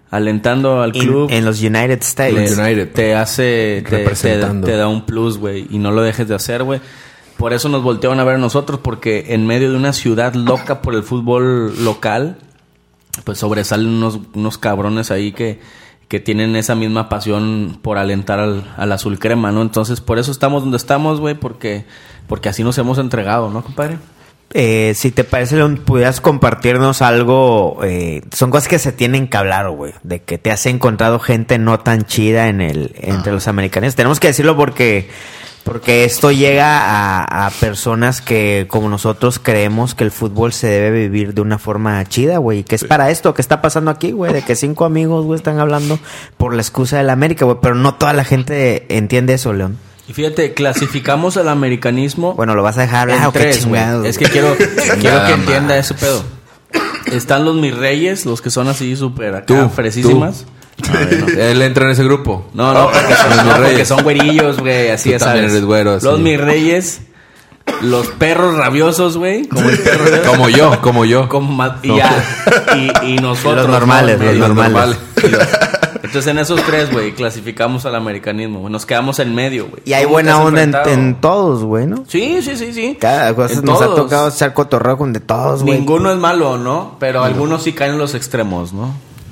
alentando al In- club. en los United States. le- United. Te hace... Te, te, Representando. te da un plus, güey. Y no lo dejes de hacer, güey. Por eso nos voltearon a ver a nosotros. Porque en medio de una ciudad loca por el fútbol local... Pues sobresalen unos, unos cabrones ahí que... que tienen esa misma pasión por alentar al, al azul crema, ¿no? Entonces, por eso estamos donde estamos, güey, porque, porque así nos hemos entregado, ¿no, compadre? Eh, si te parece, León, pudieras compartirnos algo. Eh, son cosas que se tienen que hablar, güey. De que te has encontrado gente no tan chida en el entre los americanos. Tenemos que decirlo porque porque esto llega a, a personas que, como nosotros, creemos que el fútbol se debe vivir de una forma chida, güey. ¿Qué es para esto? ¿Qué está pasando aquí, güey? De que cinco amigos, güey, están hablando por la excusa del América, güey. Pero no toda la gente entiende eso, León. Y fíjate, clasificamos al americanismo. Bueno, lo vas a dejar hablar. En ¿O qué tres, güey. chingados, Es que güey? quiero, quiero Nada que entienda más. ese pedo. Están los mis reyes, los que son así súper acá, Tú, fresísimas. A ver, no. Él entra en ese grupo. No, no, porque son, Los no, mis porque reyes. son güerillos, güey, así Tú ya también sabes. eres güero, así. Los mis reyes, los perros rabiosos, güey, como el perro de- Como yo, como yo. como ma- y, No. ya, y, y nosotros Los normales, ¿no? los Y normales. Y los- Entonces en esos tres, güey, clasificamos al americanismo, güey. Nos quedamos en medio, güey. Y hay ¿Cómo buena te has onda en, enfrentado? en todos, güey, ¿no? Sí, sí, sí, sí. Cada cosa En nos ha todos. tocado echar cotorreo con de todos, güey. Ninguno es malo, ¿no? Pero algunos sí caen en los extremos, ¿no?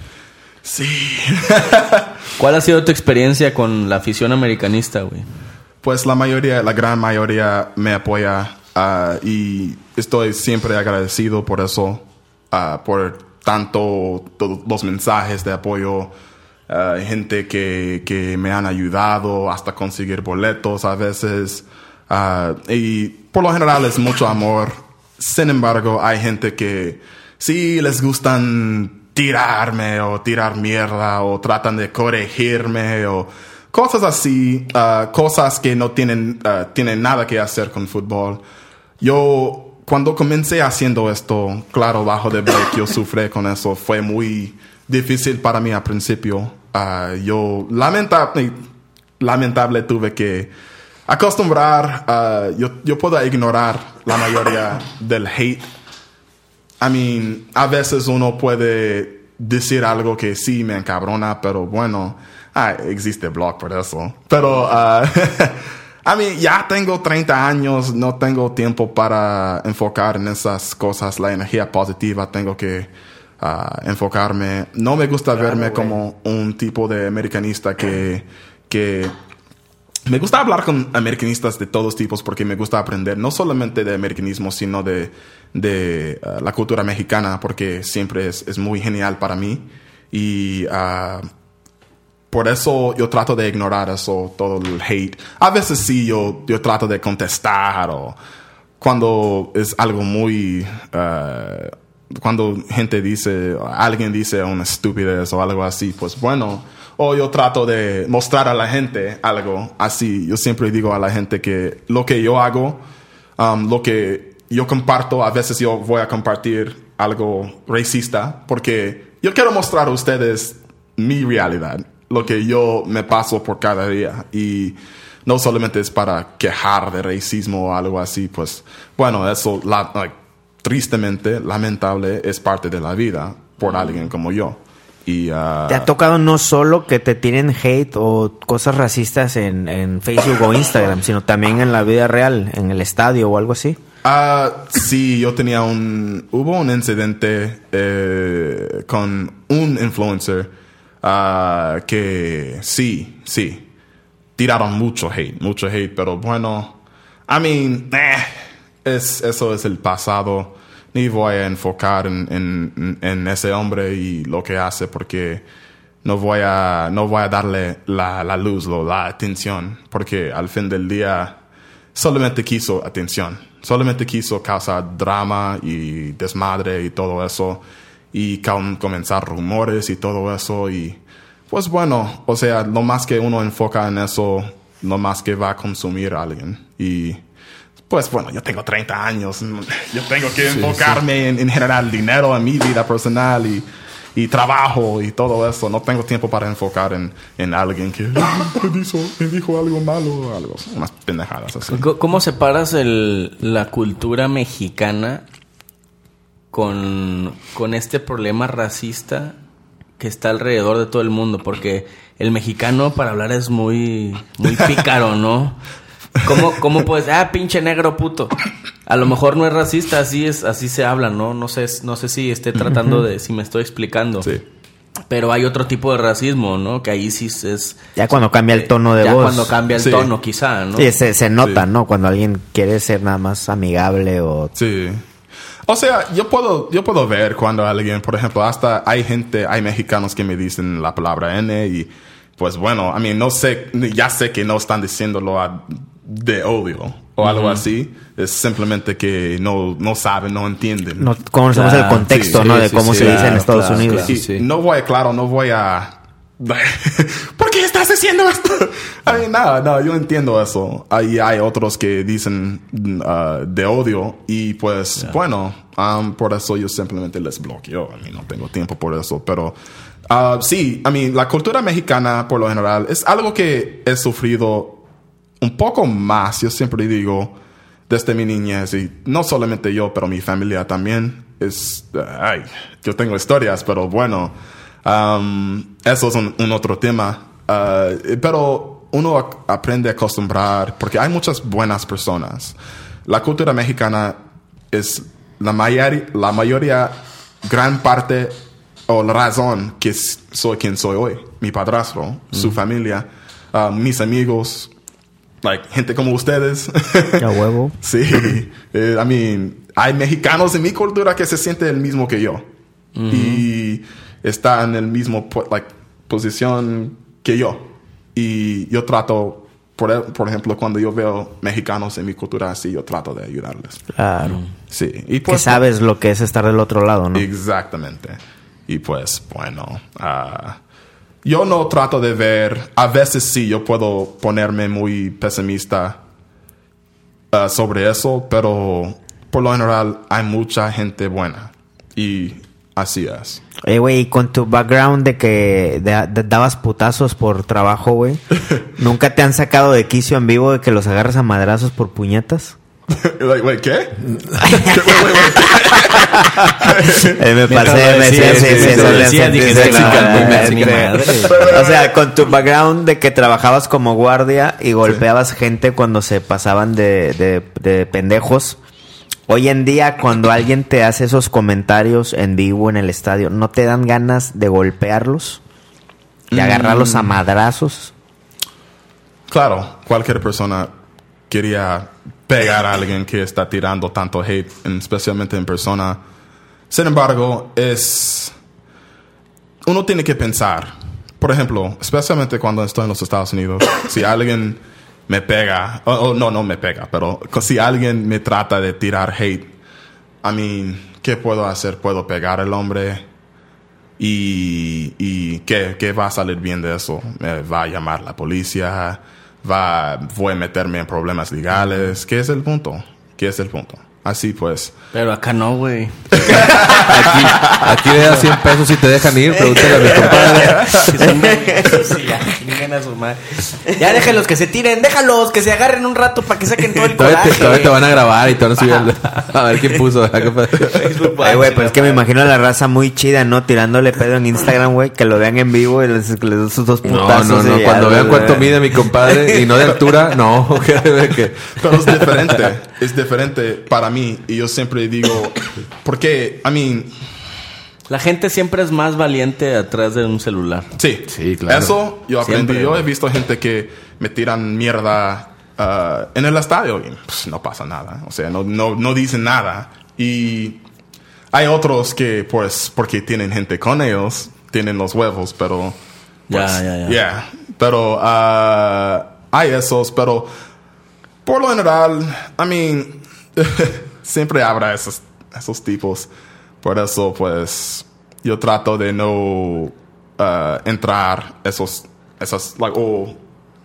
Sí. ¿Cuál ha sido tu experiencia con la afición americanista, güey? Pues la mayoría, la gran mayoría me apoya ah, y estoy siempre agradecido por eso, ah, por tanto todos los mensajes de apoyo, ah, gente que, que me han ayudado hasta conseguir boletos a veces, ah, y por lo general es mucho amor. Sin embargo, hay gente que sí les gustan tirarme o tirar mierda o tratan de corregirme o cosas así, uh, cosas que no tienen, uh, tienen nada que hacer con fútbol. Yo, cuando comencé haciendo esto, claro, bajo de break, yo sufrí con eso. Fue muy difícil para mí al principio. Uh, yo, lamentable, lamentable, tuve que acostumbrar. Uh, yo, yo puedo ignorar la mayoría del hate. I mean, a veces uno puede decir algo que sí me encabrona, pero bueno, ah, existe blog por eso. Pero, uh, I mean, ya tengo treinta años, no tengo tiempo para enfocar en esas cosas. La energía positiva tengo que uh, enfocarme. No me gusta Claro, verme güey. como un tipo de americanista que... que me gusta hablar con americanistas de todos tipos porque me gusta aprender no solamente de americanismo, sino de, de uh, la cultura mexicana, porque siempre es, es muy genial para mí. Y uh, por eso yo trato de ignorar eso, todo el hate. A veces sí, yo, yo trato de contestar o cuando es algo muy... Uh, cuando gente dice, alguien dice una estupidez o algo así, pues bueno... O yo trato de mostrar a la gente algo así. Yo siempre digo a la gente que lo que yo hago, um, lo que yo comparto, a veces yo voy a compartir algo racista porque yo quiero mostrar a ustedes mi realidad, lo que yo me paso por cada día. Y no solamente es para quejar de racismo o algo así, pues bueno, eso la, like, tristemente, lamentable, es parte de la vida por alguien como yo. Y, uh, ¿Te ha tocado no solo que te tiren hate o cosas racistas en, en Facebook o Instagram, sino también en la vida real, en el estadio o algo así? Uh, sí, yo tenía un... Hubo un incidente eh, con un influencer uh, que sí, sí, tiraron mucho hate, mucho hate, pero bueno, I mean, eh, es, eso es el pasado. Ni voy a enfocar en, en, en ese hombre y lo que hace porque no voy a, no voy a darle la, la luz o la atención porque al fin del día solamente quiso atención. Solamente quiso causar drama y desmadre y todo eso y com- comenzar rumores y todo eso y pues bueno, o sea, lo más que uno enfoca en eso, lo más que va a consumir a alguien y... Pues bueno, yo tengo treinta años, yo tengo que enfocarme sí, sí. En, en generar dinero en mi vida personal y, y trabajo y todo eso. No tengo tiempo para enfocar en, en alguien que me dijo, me dijo algo malo o algo, unas pendejadas así. ¿Cómo separas el, la cultura mexicana con, con este problema racista que está alrededor de todo el mundo, porque el mexicano para hablar es muy, muy pícaro, ¿no? ¿Cómo, cómo puedes? Ah, pinche negro puto. A lo mejor no es racista, así es, así se habla, ¿no? No sé, no sé si esté tratando de, si me estoy explicando. Sí. Pero hay otro tipo de racismo, ¿no? Que ahí sí es... Ya cuando cambia el tono de ya voz. Ya cuando cambia el sí. tono, quizá, ¿no? Sí, se, se nota, sí. ¿no? Cuando alguien quiere ser nada más amigable o... Sí. O sea, yo puedo, yo puedo ver cuando alguien, por ejemplo, hasta hay gente, hay mexicanos que me dicen la palabra N y pues bueno, I mean, no sé, ya sé que no están diciéndolo a, de odio o uh-huh. algo así. Es simplemente que no, no saben, no entienden. No conocemos claro, el contexto, sí, ¿no? sí, de cómo sí, se sí, dice claro, en Estados claro, Unidos. claro. Y Sí. no voy, claro, no voy a... ¿Por qué estás haciendo esto? I mean, nada, no, yo entiendo eso. Ahí hay otros que dicen uh, de odio y pues, yeah. bueno, um, por eso yo simplemente les bloqueo. A mí no tengo tiempo por eso, pero uh, sí, I mean, la cultura mexicana por lo general es algo que he sufrido un poco más, yo siempre digo, desde mi niñez y no solamente yo, pero mi familia también. Es, uh, ay, yo tengo historias, pero bueno... Um, eso es un, un otro tema, uh, pero uno ac- aprende a acostumbrar porque hay muchas buenas personas. La cultura mexicana es la, mayori- la mayoría, gran parte o la razón que soy quien soy hoy. Mi padrastro, mm. su familia, uh, mis amigos, like, gente como ustedes. A huevo. Sí, eh, I mean, hay mexicanos en mi cultura que se sienten el mismo que yo. Mm-hmm. Y está en el mismo like, posición que yo. Y yo trato, por, por ejemplo, cuando yo veo mexicanos en mi cultura así, yo trato de ayudarles. Claro. Sí. Y pues, que sabes lo que es estar del otro lado, ¿no? Exactamente. Y pues, bueno, uh, yo no trato de ver, a veces sí, yo puedo ponerme muy pesimista uh, sobre eso, pero por lo general hay mucha gente buena. Y así es. Eh, güey, y con tu background de que de, de, dabas putazos por trabajo, güey, ¿nunca te han sacado de quicio en vivo de que los agarras a madrazos por puñetas? like, wait, ¿qué? eh, me pasé, me decía, sí, sí, sí, o sea, con tu background de que trabajabas como guardia y golpeabas sí. gente cuando se pasaban de, de, de pendejos. Hoy en día, cuando alguien te hace esos comentarios en vivo en el estadio, ¿no te dan ganas de golpearlos? ¿De agarrarlos a madrazos? Claro, cualquier persona quería pegar a alguien que está tirando tanto hate, especialmente en persona. Sin embargo, es... uno tiene que pensar. Por ejemplo, especialmente cuando estoy en los Estados Unidos, si alguien... me pega, o oh, oh, no, no me pega, pero si alguien me trata de tirar hate, I mean, ¿qué puedo hacer? ¿Puedo pegar al hombre? ¿Y, y ¿qué, qué va a salir bien de eso? ¿Me va a llamar la policía? ¿Va, voy a meterme en problemas legales? ¿Qué es el punto? ¿Qué es el punto? Así pues. Pero acá no, güey. Aquí, aquí le das cien pesos y te dejan ir. Pregúntale a mi compadre. Sí, ya, a su madre. Ya déjenlos que se tiren. Déjalos que se agarren un rato para que saquen todo el coraje. Todavía te, todavía te van a grabar y te van a subir al, a ver quién puso. Ay, güey, pues es que me imagino a la raza muy chida, ¿no? Tirándole pedo en Instagram, güey. Que lo vean en vivo y les, les dan sus dos putazos. No, no, no. Cuando vean cuánto mide mi compadre y no de altura, no. Pero es diferente. Es diferente para mí. Y yo siempre digo, porque, I mean... la gente siempre es más valiente atrás de un celular. Sí, sí, claro. Eso yo aprendí. Siempre, yo he visto gente que me tiran mierda uh, en el estadio y pues, no pasa nada. O sea, no, no, no dicen nada. Y hay otros que, pues, porque tienen gente con ellos, tienen los huevos, pero... Pues, ya, ya, ya. Yeah. Pero uh, hay esos, pero por lo general, I mean... siempre habrá esos, esos tipos. Por eso, pues, yo trato de no uh, entrar esos, esos, like, oh,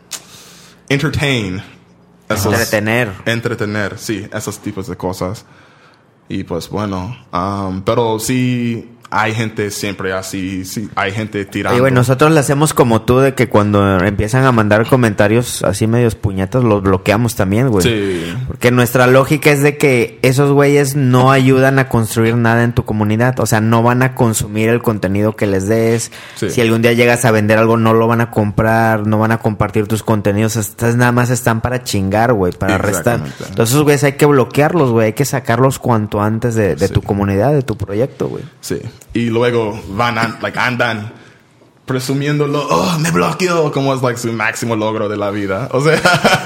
entertain. Esos, entretener. Entretener, sí, esos tipos de cosas. Y pues, bueno, um, pero sí, hay gente siempre así, sí, hay gente tirando. Y güey, nosotros le hacemos como tú, de que cuando empiezan a mandar comentarios así medios puñetas, los bloqueamos también, güey. Sí. Porque nuestra lógica es de que esos güeyes no ayudan a construir nada en tu comunidad. O sea, no van a consumir el contenido que les des. Sí. Si algún día llegas a vender algo, no lo van a comprar, no van a compartir tus contenidos. Estas nada más están para chingar, güey, para restar. Entonces esos güeyes hay que bloquearlos, güey. Hay que sacarlos cuanto antes de, de Sí. tu comunidad, de tu proyecto, güey. Sí. Y luego van a, like, andan presumiéndolo, oh, me bloqueó, como es like su máximo logro de la vida. O sea,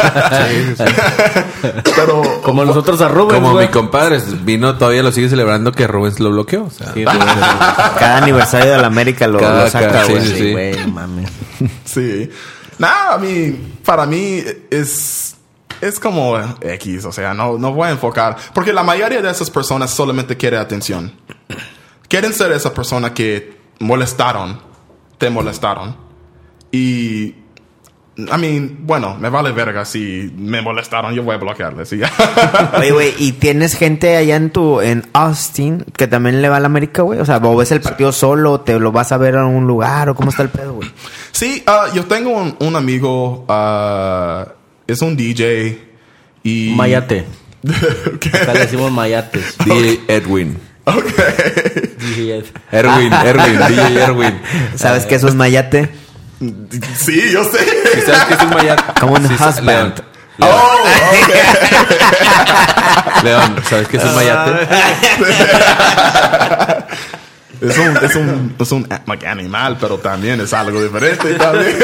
pero Como nosotros a Rubens, Como güey. mi compadre vino, todavía lo sigue celebrando que Rubens lo bloqueó. O sea, Sí, Rubens. Cada aniversario de la América lo, Cada- lo saca, cada- güey. sí, sí, sí. Güey, no mames. sí. Nada, a mí, para mí es, es como X, o sea, no, no voy a enfocar, porque la mayoría de esas personas solamente quiere atención. Quieren ser esa persona que molestaron, te molestaron. Y, I mean, bueno, me vale verga si me molestaron, yo voy a bloquearles. Y ya. Oye, güey, ¿y tienes gente allá en tu, en Austin, que también le va a la América, güey? O sea, ¿o ves el partido solo, te lo vas a ver en un lugar, o cómo está el pedo, güey? Sí, uh, yo tengo un, un amigo, uh, es un D J y... Mayate. ¿Qué? Acá le decimos mayates. D J Edwin. Ok. Erwin, Erwin, D J Erwin. ¿Sabes qué es un mayate? Sí, yo sé. ¿Y sabes qué es un mayate? Como un Sí, sa- husband. León. Oh, ok. León, ¿sabes qué es un mayate? Es un, es un, es un like, animal, pero también es algo diferente también.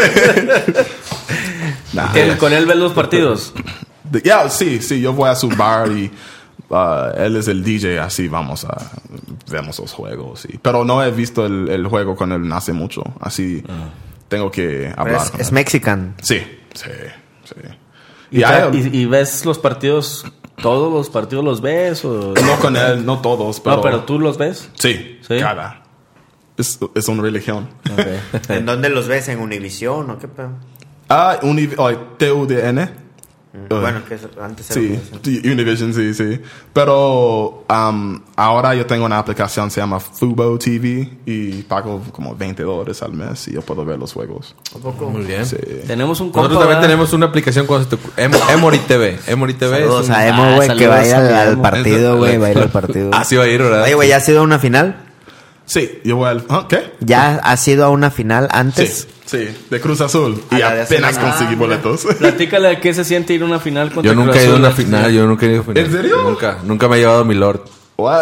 Nah, ¿Que ¿Con él ves los partidos? De- Ya, sí, sí, yo voy a su bar y uh, él es el D J, así vamos a vemos los juegos, sí. Pero no he visto el, el juego con él hace mucho, así tengo que Pero hablar es, con es él. mexican. Sí, sí, sí. ¿Y, Y a él- y- y ves los partidos? ¿Todos los partidos los ves? O... no con él, no todos, pero, No, pero tú los ves. sí, Sí. cada. Es, es una religión. ¿En dónde los ves? ¿En Univision o qué pedo? Ah, Uni- oh, T U D N. Uh, Bueno, que es- antes era Sí, Univision. sí, Univision, sí, sí. Pero um, ahora yo tengo una aplicación, se llama Fubo T V, y pago como veinte dólares al mes y yo puedo ver los juegos. Muy bien. Sí. Tenemos un compa, Nosotros también ¿verdad? tenemos una aplicación cuando se te ocurre. Em- Emory T V. Emory T V es Saludos un- a Emo, Ah, güey, que va a ir al, saludos a al Emo. partido, güey. Va a ir al partido. Ah, sí va a ir, ¿verdad? Oye, güey, ¿ya has ido a una final? Sí, yo voy al... ¿ah, ¿Qué? ¿Ya has ido a una final Sí, antes? sí, de Cruz Azul. A Y la de hace apenas un año. conseguí Ah, boletos. Platícale a qué se siente ir a una final contra Yo nunca Cruz he ido a Azul. una final, yo nunca he ido a una final. ¿En serio? Nunca, nunca me ha llevado mi Lord. What?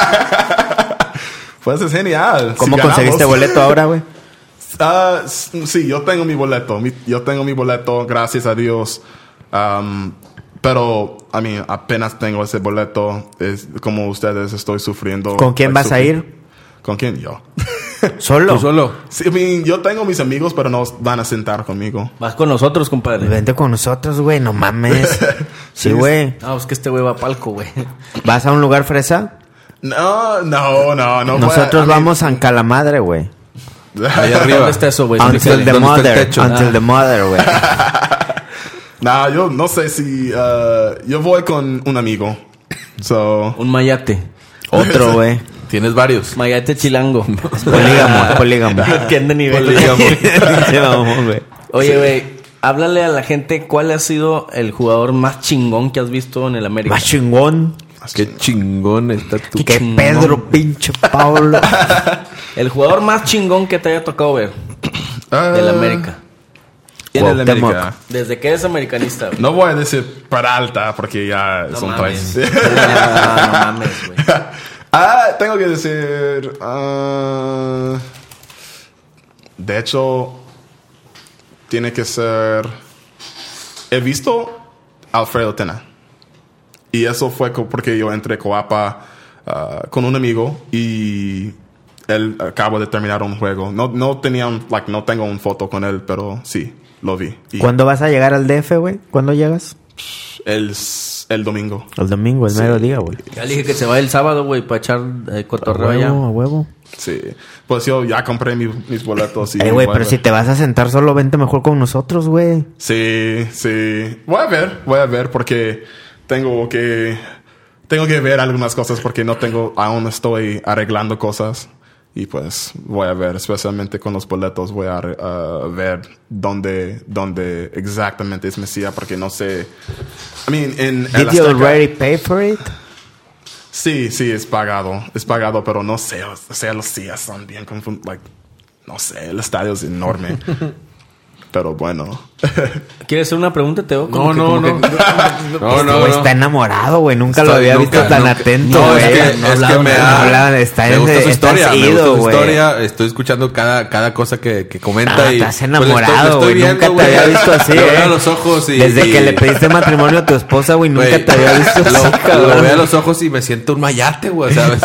Pues es genial. ¿Cómo Si conseguiste ganamos. boleto ahora, güey? Ah, s- sí, yo tengo mi boleto. Mi- yo tengo mi boleto, gracias a Dios. Um, pero, a mí, apenas tengo ese boleto. Es como ustedes, estoy sufriendo. ¿Con quién Like, vas a sufri- ir? ¿Con quién? Yo. ¿Solo? ¿Tú solo? Sí, I mean, yo tengo mis amigos, pero no van a sentar conmigo. Vas con nosotros, compadre. Vente con nosotros, güey, no mames. Sí, güey. No, es que este güey va a palco, güey. ¿Vas a un lugar fresa? No, no, no, no. Nosotros voy a- I vamos a Encalamadre, güey. mean- Allá arriba. ¿Dónde está eso, güey? Until the ¿Dónde está el mother. techo? Until Ah. the mother, güey. No, yo no sé si... uh, yo voy con un amigo. So... Un mayate. Otro, güey. Tienes varios. Mayate chilango. Polígamo, polígamo. ¿Qué de nivel? Polígamo. Sí, vamos, güey. Oye, güey, háblale a la gente cuál ha sido el jugador más chingón que has visto en el América. Más chingón. Qué chingón está tu... Que chingón. Pedro, pinche Pablo. El jugador más chingón que te haya tocado ver uh, del América. En el Cuauhtémoc. América. Desde que eres americanista, güey. No voy a decir Peralta porque ya No son mames. tres. Ah, no mames, güey. Ah, tengo que decir... ah, de hecho, tiene que ser... He visto Alfredo Tena. Y eso fue co- porque yo entré a Coapa ah, con un amigo y él acabo de terminar un juego. No, no tenía un, like, no tengo una foto con él, pero sí, lo vi. Y ¿Cuándo vas a llegar al D F, güey? ¿Cuándo llegas? el, el domingo. El domingo, el mero día, güey. Ya le dije que se va el sábado, güey, para echar eh, A cotorreo allá. huevo, a huevo. Sí. Pues yo ya compré mi- mis boletos. Y Eh, güey, voy a pero ver. si te vas a sentar solo, vente mejor con nosotros, güey. Sí, sí. Voy a ver, voy a ver porque tengo que tengo que ver algunas cosas porque no tengo aún estoy arreglando cosas Y pues voy a ver, especialmente con los boletos, voy a uh, ver dónde, dónde exactamente es Mesía, porque no sé. I mean, en Did you already pay for it? Sí, sí, es pagado. Es pagado, pero no sé. O sea, los días son bien confundidos. Like, no sé, el estadio es enorme. Pero bueno. ¿Quieres hacer una pregunta, Teo? No, no, no. No, no, está enamorado, güey. Nunca lo había visto tan atento, No, güey. es que, es que me da... Está me gusta su historia, me gusta su güey. historia. Estoy escuchando cada, cada cosa que, que comenta Ah, y... estás pues, enamorado, güey. viendo, Nunca te güey. había visto así, Lo veo eh. a los ojos y... Desde y- que le pediste matrimonio a tu esposa, güey, nunca Güey, te había visto lo, así, lo cabrón. veo a los ojos y me siento un mayate, güey, ¿sabes?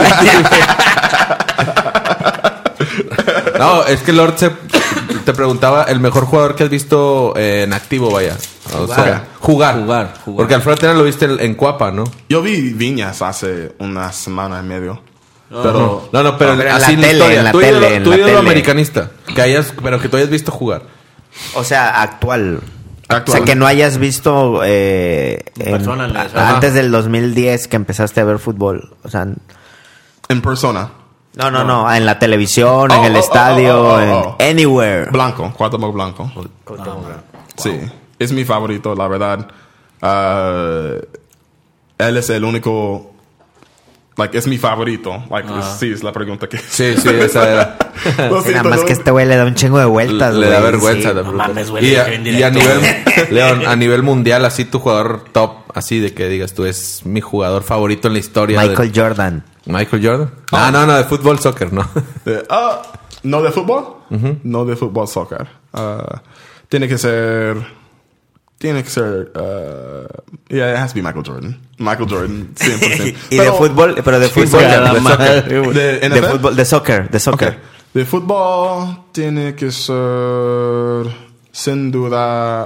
No, es que Lord se, te preguntaba el mejor jugador que has visto eh, en activo, vaya. O Jugar. sea, jugar. Jugar, jugar. Porque Alfredo Tena lo viste en Cuapa, ¿no? Yo vi Viñas hace una semana y medio. Pero... No, no, pero, Pero en así la en tele, historia. en la Tú tele, ídolo, en tú la ídolo tele. americanista. Que hayas, pero que tú hayas visto jugar. O sea, actual. Actual. O sea, que no hayas visto eh, en- persona, en la- a- antes del dos mil diez que empezaste a ver fútbol. O sea, En persona. no, no, no. En la televisión, en Oh, el oh, estadio, oh, oh, oh, oh. en anywhere. Blanco. Cuauhtémoc Blanco. Sí. Es mi favorito, la verdad. Uh, él es el único... Like, es mi favorito. Like, es- sí, es la pregunta que... Sí, sí, esa era. Lo Sí, nada siento, más no- que este güey le da un chingo de vueltas, Le da güey. vergüenza. Sí. la no bruta. mames, güey, y, a, en y a directo. nivel, León, a nivel mundial, así tu jugador top, así de que digas tú, es mi jugador favorito en la historia. de- Michael Jordan. Michael Jordan. Ah, no, no, de fútbol, soccer, no. De- ah, no de fútbol. No de fútbol, soccer. Ah, tiene que ser... Tiene que ser... Uh, yeah, it has to be Michael Jordan. Michael Jordan, cien por ciento. Y de fútbol, pero de fútbol. cada de, madre, soccer. güey. de, ¿De N F L? fútbol, de soccer, de soccer. Ok. De fútbol tiene que ser... Sin duda...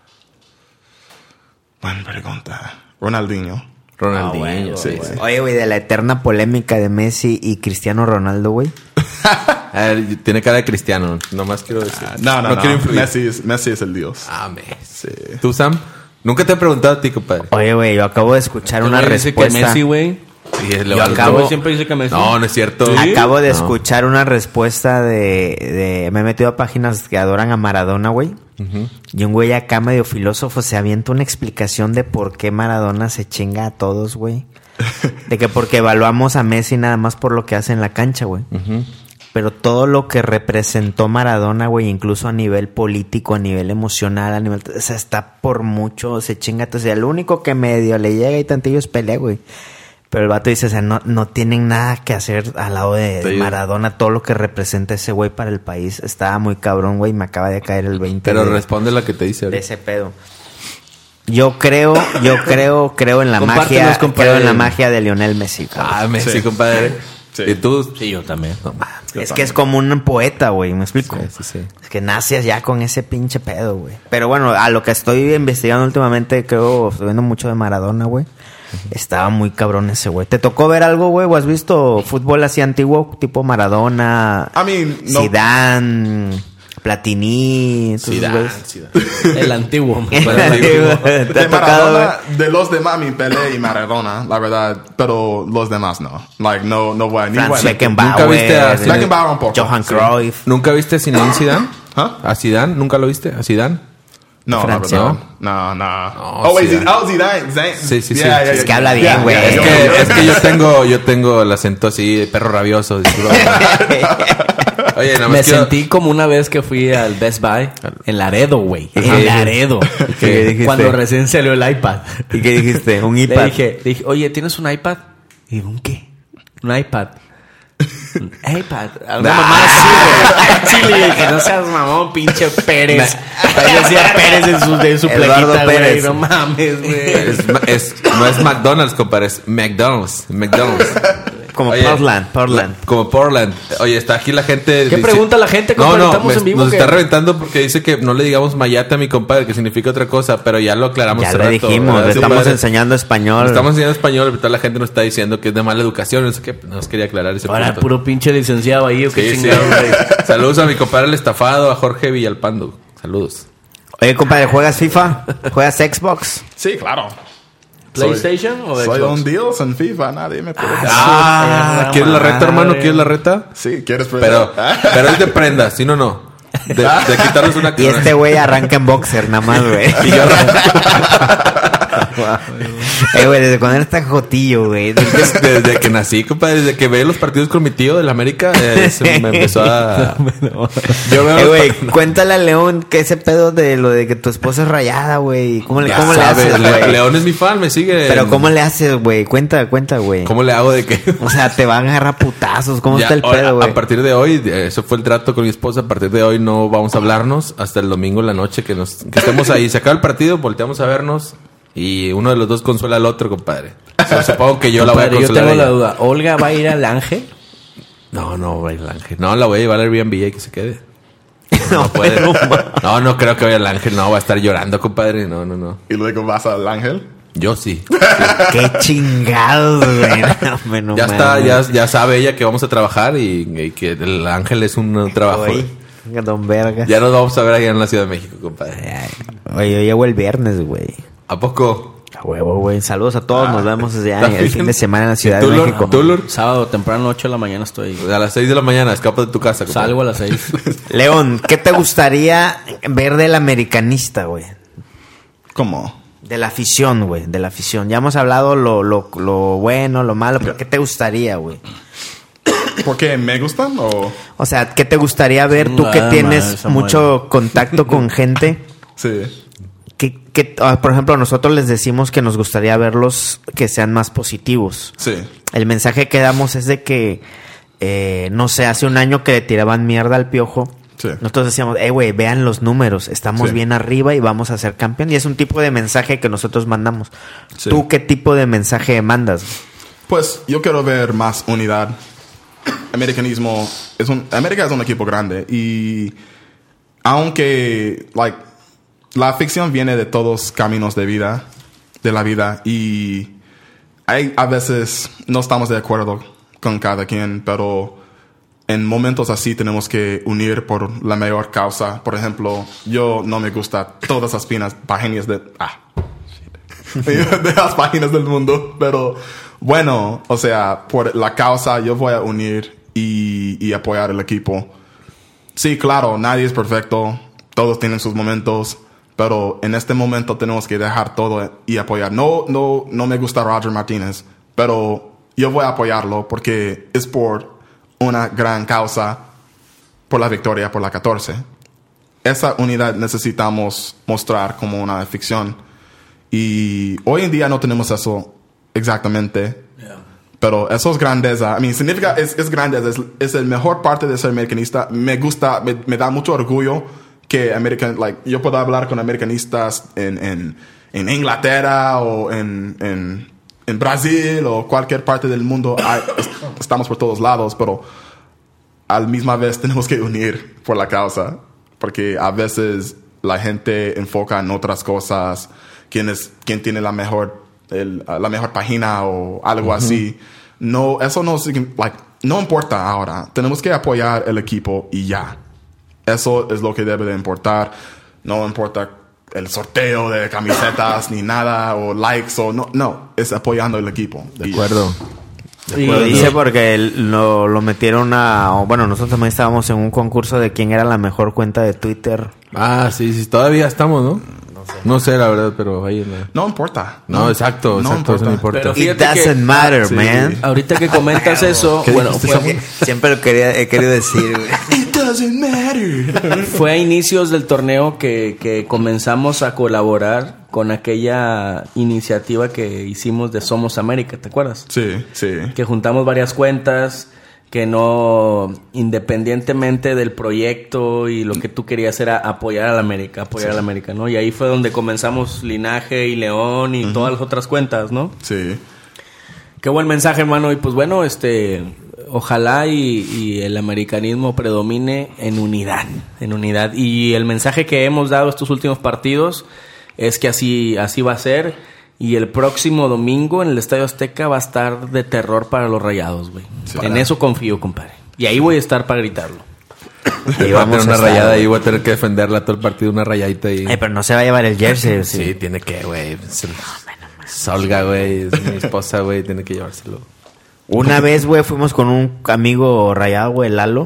Buena pregunta. Ronaldinho. Ronaldinho. Sí, sí. Oye, güey, de la eterna polémica de Messi y Cristiano Ronaldo, güey. A ver, tiene cara de cristiano, nomás quiero decir. No, no, no. quiero influir. Messi, es, Messi es el dios. Ah, Messi. ¿Tú, Sam? Nunca te he preguntado a ti, compadre. Oye, güey, yo acabo de escuchar una Dice respuesta. que Messi, güey. Sí, es Yo lo- acabo- Güey, siempre dice que Messi. No, no es cierto. Acabo de No. escuchar una respuesta de, de... Me he metido a páginas que adoran a Maradona, güey. Y un güey acá medio filósofo se avienta una explicación de por qué Maradona se chinga a todos, güey. De que porque evaluamos a Messi nada más por lo que hace en la cancha, güey. Pero todo lo que representó Maradona, güey, incluso a nivel político, a nivel emocional, a nivel... O sea, está por mucho, se chinga. O sea, el único que medio le llega y tantillo es Pelé, güey. Pero el vato dice, o sea, no, no tienen nada que hacer al lado de, de Sí. Maradona. Todo lo que representa ese güey para el país. Estaba muy cabrón, güey. Me acaba de caer el veinte Pero de, responde lo que te dice de ahorita. ese pedo. Yo creo, yo creo, creo en la Compártenos, magia, compadre. creo en la magia de Lionel Messi, cabrón. Ah, Messi, Sí. compadre. Sí. ¿Y tú? Sí, yo también. No, mames. Es que es como un poeta, güey, ¿me explico? Sí, sí, sí. Es que naces ya con ese pinche pedo, güey. Pero bueno, a lo que estoy investigando últimamente, creo, estoy viendo mucho de Maradona, güey. Estaba muy cabrón ese güey. ¿Te tocó ver algo, güey? ¿O has visto fútbol así antiguo? Tipo Maradona, I mean, no. Zidane, Platini, esos Zidane, güeyes. Zidane. El antiguo. ¿Te De ha tocado, güey? Maradona, de los demás, mi Pelé y Maradona, la verdad. Pero los demás no. Like, no, no voy. Ni Franz voy. Beckenbauer, ¿Nunca viste a- Beckenbauer un poco. Johan sí. Cruyff. ¿Nunca viste a Zinedine Zidane? ¿Ah? ¿A Zidane? ¿Nunca lo viste? ¿A Zidane? No, la Francia, verdad. No, no. No, oh, wait, Zidane. Zidane. Oh, Zidane. Zidane. Sí, sí, sí. Yeah, yeah, Es que yeah. habla bien, Yeah, güey. yeah, Es yo- que, yo- es que yo tengo, yo tengo el acento así de perro rabioso. disculpa. Oye, nada más Me quiero- sentí como una vez que fui al Best Buy en Laredo, güey. Ajá. En Laredo. ¿Qué dijiste? Cuando recién salió el iPad. ¿Y qué dijiste? Un Le iPad. dije, le dije, oye, ¿tienes un iPad? Y digo, ¿un qué? Un iPad. Un iPad. Una mamá así, güey. Sí, le dije, no seas mamón, pinche Pérez. Ahí decía Pérez en su, en su Eduardo plaquita, güey. Pérez. No mames, güey. Es, es- no es McDonald's, compadre, es McDonald's. McDonald's. Como Oye, Portland, Portland. la- como Portland. Oye, está aquí la gente. ¿Qué pregunta la gente, compadre? No, no, ¿Estamos me- en vivo nos o qué? está reventando porque dice que no le digamos mayate a mi compadre, que significa otra cosa, pero ya lo aclaramos Ya hace lo rato, dijimos, ¿verdad, le estamos compadre? enseñando español. Estamos enseñando español, pero toda la gente nos está diciendo que es de mala educación, no sé qué. Nos quería aclarar ese Ahora, punto. puro pinche licenciado ahí, ¿o qué Sí, sí. chingado, güey? Saludos a mi compadre el estafado, a Jorge Villalpando. Saludos. Oye, compadre, ¿juegas FIFA? ¿Juegas Xbox? Sí, claro. ¿PlayStation soy, o Xbox? Soy un Dios en FIFA, nadie me puede. Ah, ¿quieres la reta, hermano? ¿Quieres la reta? Sí, ¿quieres Pero, pero es de prenda, ¿sí o no? De, de quitarnos una... Y este güey arranca en boxer, nada más, güey. Y yo Eh, güey, desde cuando eres tan jotillo, güey. Desde, desde que nací, compadre, desde que veía los partidos con mi tío del América, eh, se me empezó a... Yo veo... Eh, güey, cuéntale a León que ese pedo de lo de que tu esposa es rayada, güey. ¿Cómo, le, ¿cómo le haces, Le, güey? León es mi fan, me sigue. Pero ¿cómo le haces, güey? Cuenta, cuenta, güey. ¿Cómo le hago de que...? O sea, te van a agarrar putazos. ¿Cómo Ya, está el ahora, pedo, güey? A partir de hoy, eso fue el trato con mi esposa. A partir de hoy no vamos a hablarnos hasta el domingo en la noche que, nos, que estemos ahí. Se acaba el partido, volteamos a vernos y uno de los dos consuela al otro, compadre. O sea, supongo que yo Compadre, la voy a consolar. Yo tengo a la ella. duda. ¿Olga va a ir al Ángel? No, no va a ir al Ángel. No, la voy a llevar al Airbnb y que se quede. No, no puede. No, no creo que vaya al Ángel. No, va a estar llorando, compadre. No, no, no. ¿Y luego vas al Ángel? Yo sí. sí. Qué chingados, güey. No, me- no Ya mames. está, ya, ya sabe ella que vamos a trabajar y, y que el Ángel es un, un trabajo. Oye, don verga. Ya nos vamos a ver allá en la Ciudad de México, compadre. Ay, Oye, yo llego el viernes, güey. ¿A poco? A huevo, güey. Saludos a todos. Ah, Nos vemos ya ¿está el bien? fin de semana en la Ciudad ¿Y tú, de Lord? México. ¿Tú, Lord? Sábado temprano, ocho de la mañana estoy. A las seis de la mañana, escapa de tu casa, compadre. Salgo a las seis. León, ¿qué te gustaría ver del americanista, güey? ¿Cómo? De la afición, güey. De la afición. Ya hemos hablado lo, lo, lo bueno, lo malo, pero ¿qué te gustaría, güey? ¿Por qué me gustan o...? O sea, ¿qué te gustaría ver tú que Nada tienes más, Samuel. mucho contacto con gente? Sí. Que, que, ah, por ejemplo, nosotros les decimos que nos gustaría verlos que sean más positivos. Sí. El mensaje que damos es de que, eh, no sé, hace un año que le tiraban mierda al Piojo. Sí. Nosotros decíamos, eh, güey, vean los números, estamos Sí. bien arriba y vamos a ser campeón. Y es un tipo de mensaje que nosotros mandamos. Sí. ¿Tú qué tipo de mensaje mandas? Pues yo quiero ver más unidad. Americanismo es un América es un equipo grande y aunque like la ficción viene de todos caminos de vida, de la vida y hay a veces no estamos de acuerdo con cada quien, pero en momentos así tenemos que unir por la mayor causa. Por ejemplo, yo no me gusta todas las páginas, páginas de ah, de las páginas del mundo, pero bueno, o sea, por la causa yo voy a unir y, y apoyar el equipo. Sí, claro, nadie es perfecto, todos tienen sus momentos, pero en este momento tenemos que dejar todo y apoyar. No, no, no me gusta Roger Martínez, pero yo voy a apoyarlo porque es por una gran causa, por la victoria, por la catorce. Esa unidad necesitamos mostrar como una ficción. Y hoy en día no tenemos eso exactamente. Yeah. Pero eso es grandeza. I mean, significa, es, es grandeza. Es, es la mejor parte de ser americanista. Me gusta, me, me da mucho orgullo que American, like, yo puedo hablar con americanistas en, en, en Inglaterra o en, en, en Brasil o cualquier parte del mundo. Hay, estamos por todos lados, pero al misma vez tenemos que unir por la causa. Porque a veces la gente enfoca en otras cosas. Quién es quién tiene la mejor el, la mejor página o algo uh-huh. así. No, eso no like, no importa ahora. Tenemos que apoyar el equipo y ya. Eso es lo que debe de importar. No importa el sorteo de camisetas ni nada o likes o no, no, es apoyando el equipo. De acuerdo. Y lo dice porque lo, lo metieron a... Bueno, nosotros también estábamos en un concurso de quién era la mejor cuenta de Twitter. Ah, sí, sí, todavía estamos, ¿no? No sé, no sé la verdad, pero ahí... No, no importa. No, no exacto, no exacto, importa. Eso no importa. Pero It doesn't que, matter, sí. man. Ahorita que comentas eso... bueno, fue, siempre lo quería, he querido decir. It doesn't matter. Fue a inicios del torneo que, que comenzamos a colaborar con aquella iniciativa que hicimos de Somos América, ¿te acuerdas? Sí, sí. Que juntamos varias cuentas, que no, independientemente del proyecto y lo que tú querías era apoyar a la América, apoyar sí. a la América, ¿no? Y ahí fue donde comenzamos Linaje y León y uh-huh. todas las otras cuentas, ¿no? Sí. Qué buen mensaje, hermano. Y pues bueno, este, ojalá y, y el americanismo predomine en unidad, en unidad. Y el mensaje que hemos dado estos últimos partidos es que así, así va a ser. Y el próximo domingo en el Estadio Azteca va a estar de terror para los Rayados, güey. Sí, en eso confío, compadre. Y ahí voy a estar para gritarlo. Y vamos a tener una estar, rayada ahí, voy a tener que defenderla todo el partido, una rayadita ahí. Ay, pero no se va a llevar el jersey. Sí, sí tiene que, güey. Se, Olga, güey, es mi esposa, güey, tiene que llevárselo. Una vez, güey, fuimos con un amigo rayado, güey, Lalo.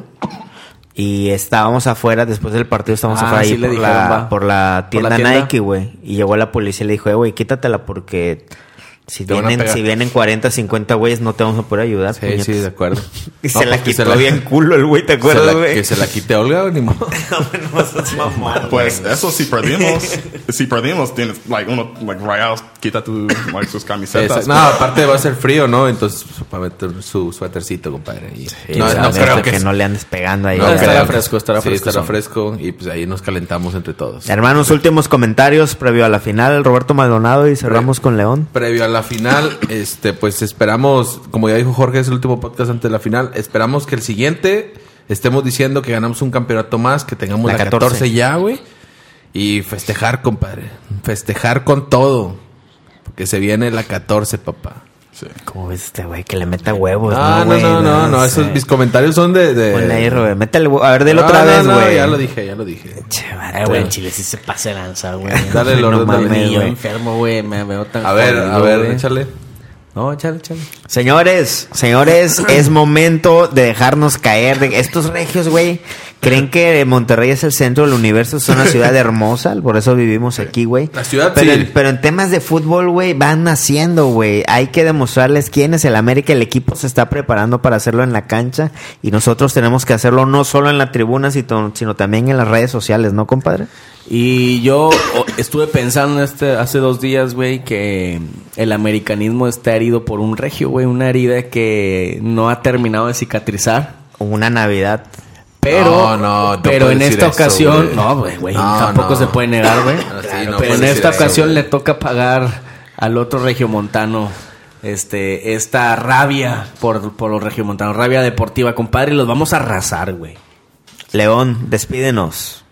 Y estábamos afuera, después del partido estábamos Ah, afuera sí ahí le por, dijeron, la, va. por la ¿Por la tienda tienda? Nike, güey. Y llegó la policía y le dijo, eh, güey, quítatela porque si Te van a vienen, pegar. si vienen cuarenta, cincuenta güeyes no te vamos a poder ayudar. Sí, puñetas". sí, de acuerdo. Y No, se la porque quitó se la- bien culo el güey, ¿te Se acuerdas, la- güey? que se la quite Olga, güey, ni modo. No seas mamón, Pues eso si perdimos, si perdimos tienes like uno like Rayados quita tu like sus camisetas. Esa- no, aparte va a ser frío, ¿no? Entonces, para meter su suétercito, compadre. Y, Sí, no, o sea, no neta, creo que, que no le andes pegando ahí. no güey. estará creo que- fresco, estará sí, fresco, estará son. fresco. Y pues ahí nos calentamos entre todos. Hermanos, últimos comentarios previo a la final. Roberto Maldonado y cerramos con León. Previo a la final, este, pues esperamos, como ya dijo Jorge, es el último podcast antes de la final. Esperamos que el siguiente estemos diciendo que ganamos un campeonato más, que tengamos La la, catorce. catorce ya, güey. Y festejar, compadre. Festejar con todo. Porque se viene la catorce, papá. Sí. ¿Cómo ves este güey? Que le meta huevos, Ah, ¿no, no, güey? no, no, no, sé. esos mis comentarios son de... de... Ponle ahí, Robert. Métele huevo. A ver, dilo No, otra no, vez, no, güey. ya lo dije, ya lo dije. Che, Eh, vato. güey, en Chile sí se pasa de lanza, güey. Dale el No orden, dale. mames, Ni yo güey. enfermo, güey, me veo tan A ver, jodido, a ver, güey. échale. No, échale, échale. Señores, señores, es momento de dejarnos caer. De estos regios, güey, creen que Monterrey es el centro del universo, es una ciudad hermosa, por eso vivimos aquí, güey. La ciudad, pero, sí. en, pero en temas de fútbol, güey, van naciendo, güey. Hay que demostrarles quién es el América. El equipo se está preparando para hacerlo en la cancha y nosotros tenemos que hacerlo no solo en la tribuna, sino, sino también en las redes sociales, ¿no, compadre? Y yo o, estuve pensando este hace dos días, güey, que el americanismo está herido por un regio, güey. Una herida que no ha terminado de cicatrizar. Una Navidad. Pero, No, no, no pero en puedes esta decir eso, ocasión, güey. no, güey, güey, No, tampoco no. se puede negar, güey. Ah, sí, Claro, no pero puedes en decir esta eso, ocasión güey. le toca pagar al otro regiomontano este esta rabia por, por los regiomontanos, rabia deportiva, compadre, y los vamos a arrasar, güey. León, despídenos.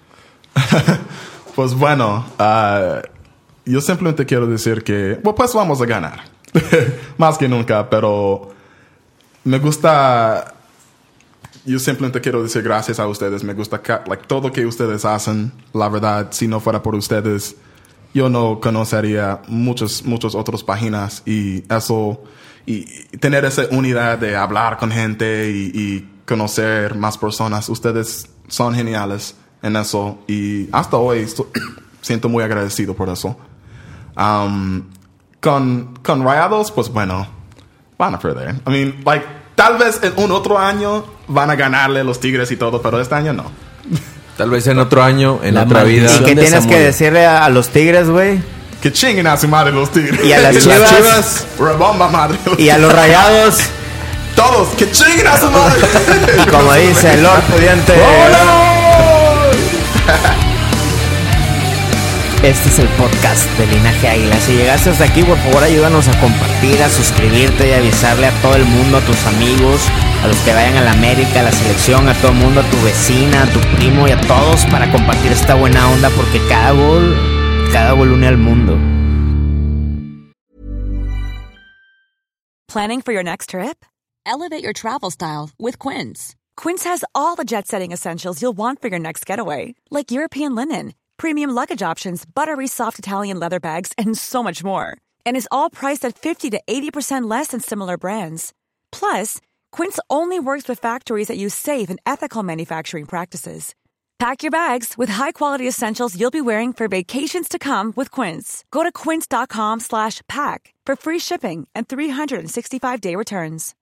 Pues bueno, ah, yo simplemente quiero decir que, bueno, pues vamos a ganar. Más que nunca, pero me gusta, yo simplemente quiero decir gracias a ustedes. Me gusta ca- like, todo lo que ustedes hacen. La verdad, si no fuera por ustedes, yo no conocería muchas, muchas otras páginas y eso, y, y tener esa unidad de hablar con gente y, y conocer más personas. Ustedes son geniales en eso y hasta hoy estoy, siento muy agradecido por eso. Um, con, con Rayados, pues bueno, van a perder. I mean, like, tal vez en un otro año van a ganarle los Tigres y todo, pero este año no. Tal vez en otro año, en La otra vida. ¿Y maldición qué de tienes Samuel. que decirle a, a los Tigres, güey? Que chinguen a su madre los Tigres. Y a las Chivas. Rebomba madre. Y a los Rayados, Todos, que chinguen a su madre. como dice el Lord Pudiente. Este es el podcast de Linaje Águila. Si llegaste hasta aquí, por favor, ayúdanos a compartir, a suscribirte y avisarle a todo el mundo, a tus amigos, a los que vayan a la América, a la selección, a todo el mundo, a tu vecina, a tu primo y a todos para compartir esta buena onda, porque cada gol, cada gol une al mundo. Planning for your next trip? Elevate your travel style with Quince. Quince has all the jet-setting essentials you'll want for your next getaway, like European linen, premium luggage options, buttery soft Italian leather bags, and so much more. And is all priced at fifty to eighty percent less than similar brands. Plus, Quince only works with factories that use safe and ethical manufacturing practices. Pack your bags with high-quality essentials you'll be wearing for vacations to come with Quince. Go to quince.com slash pack for free shipping and three sixty-five day returns.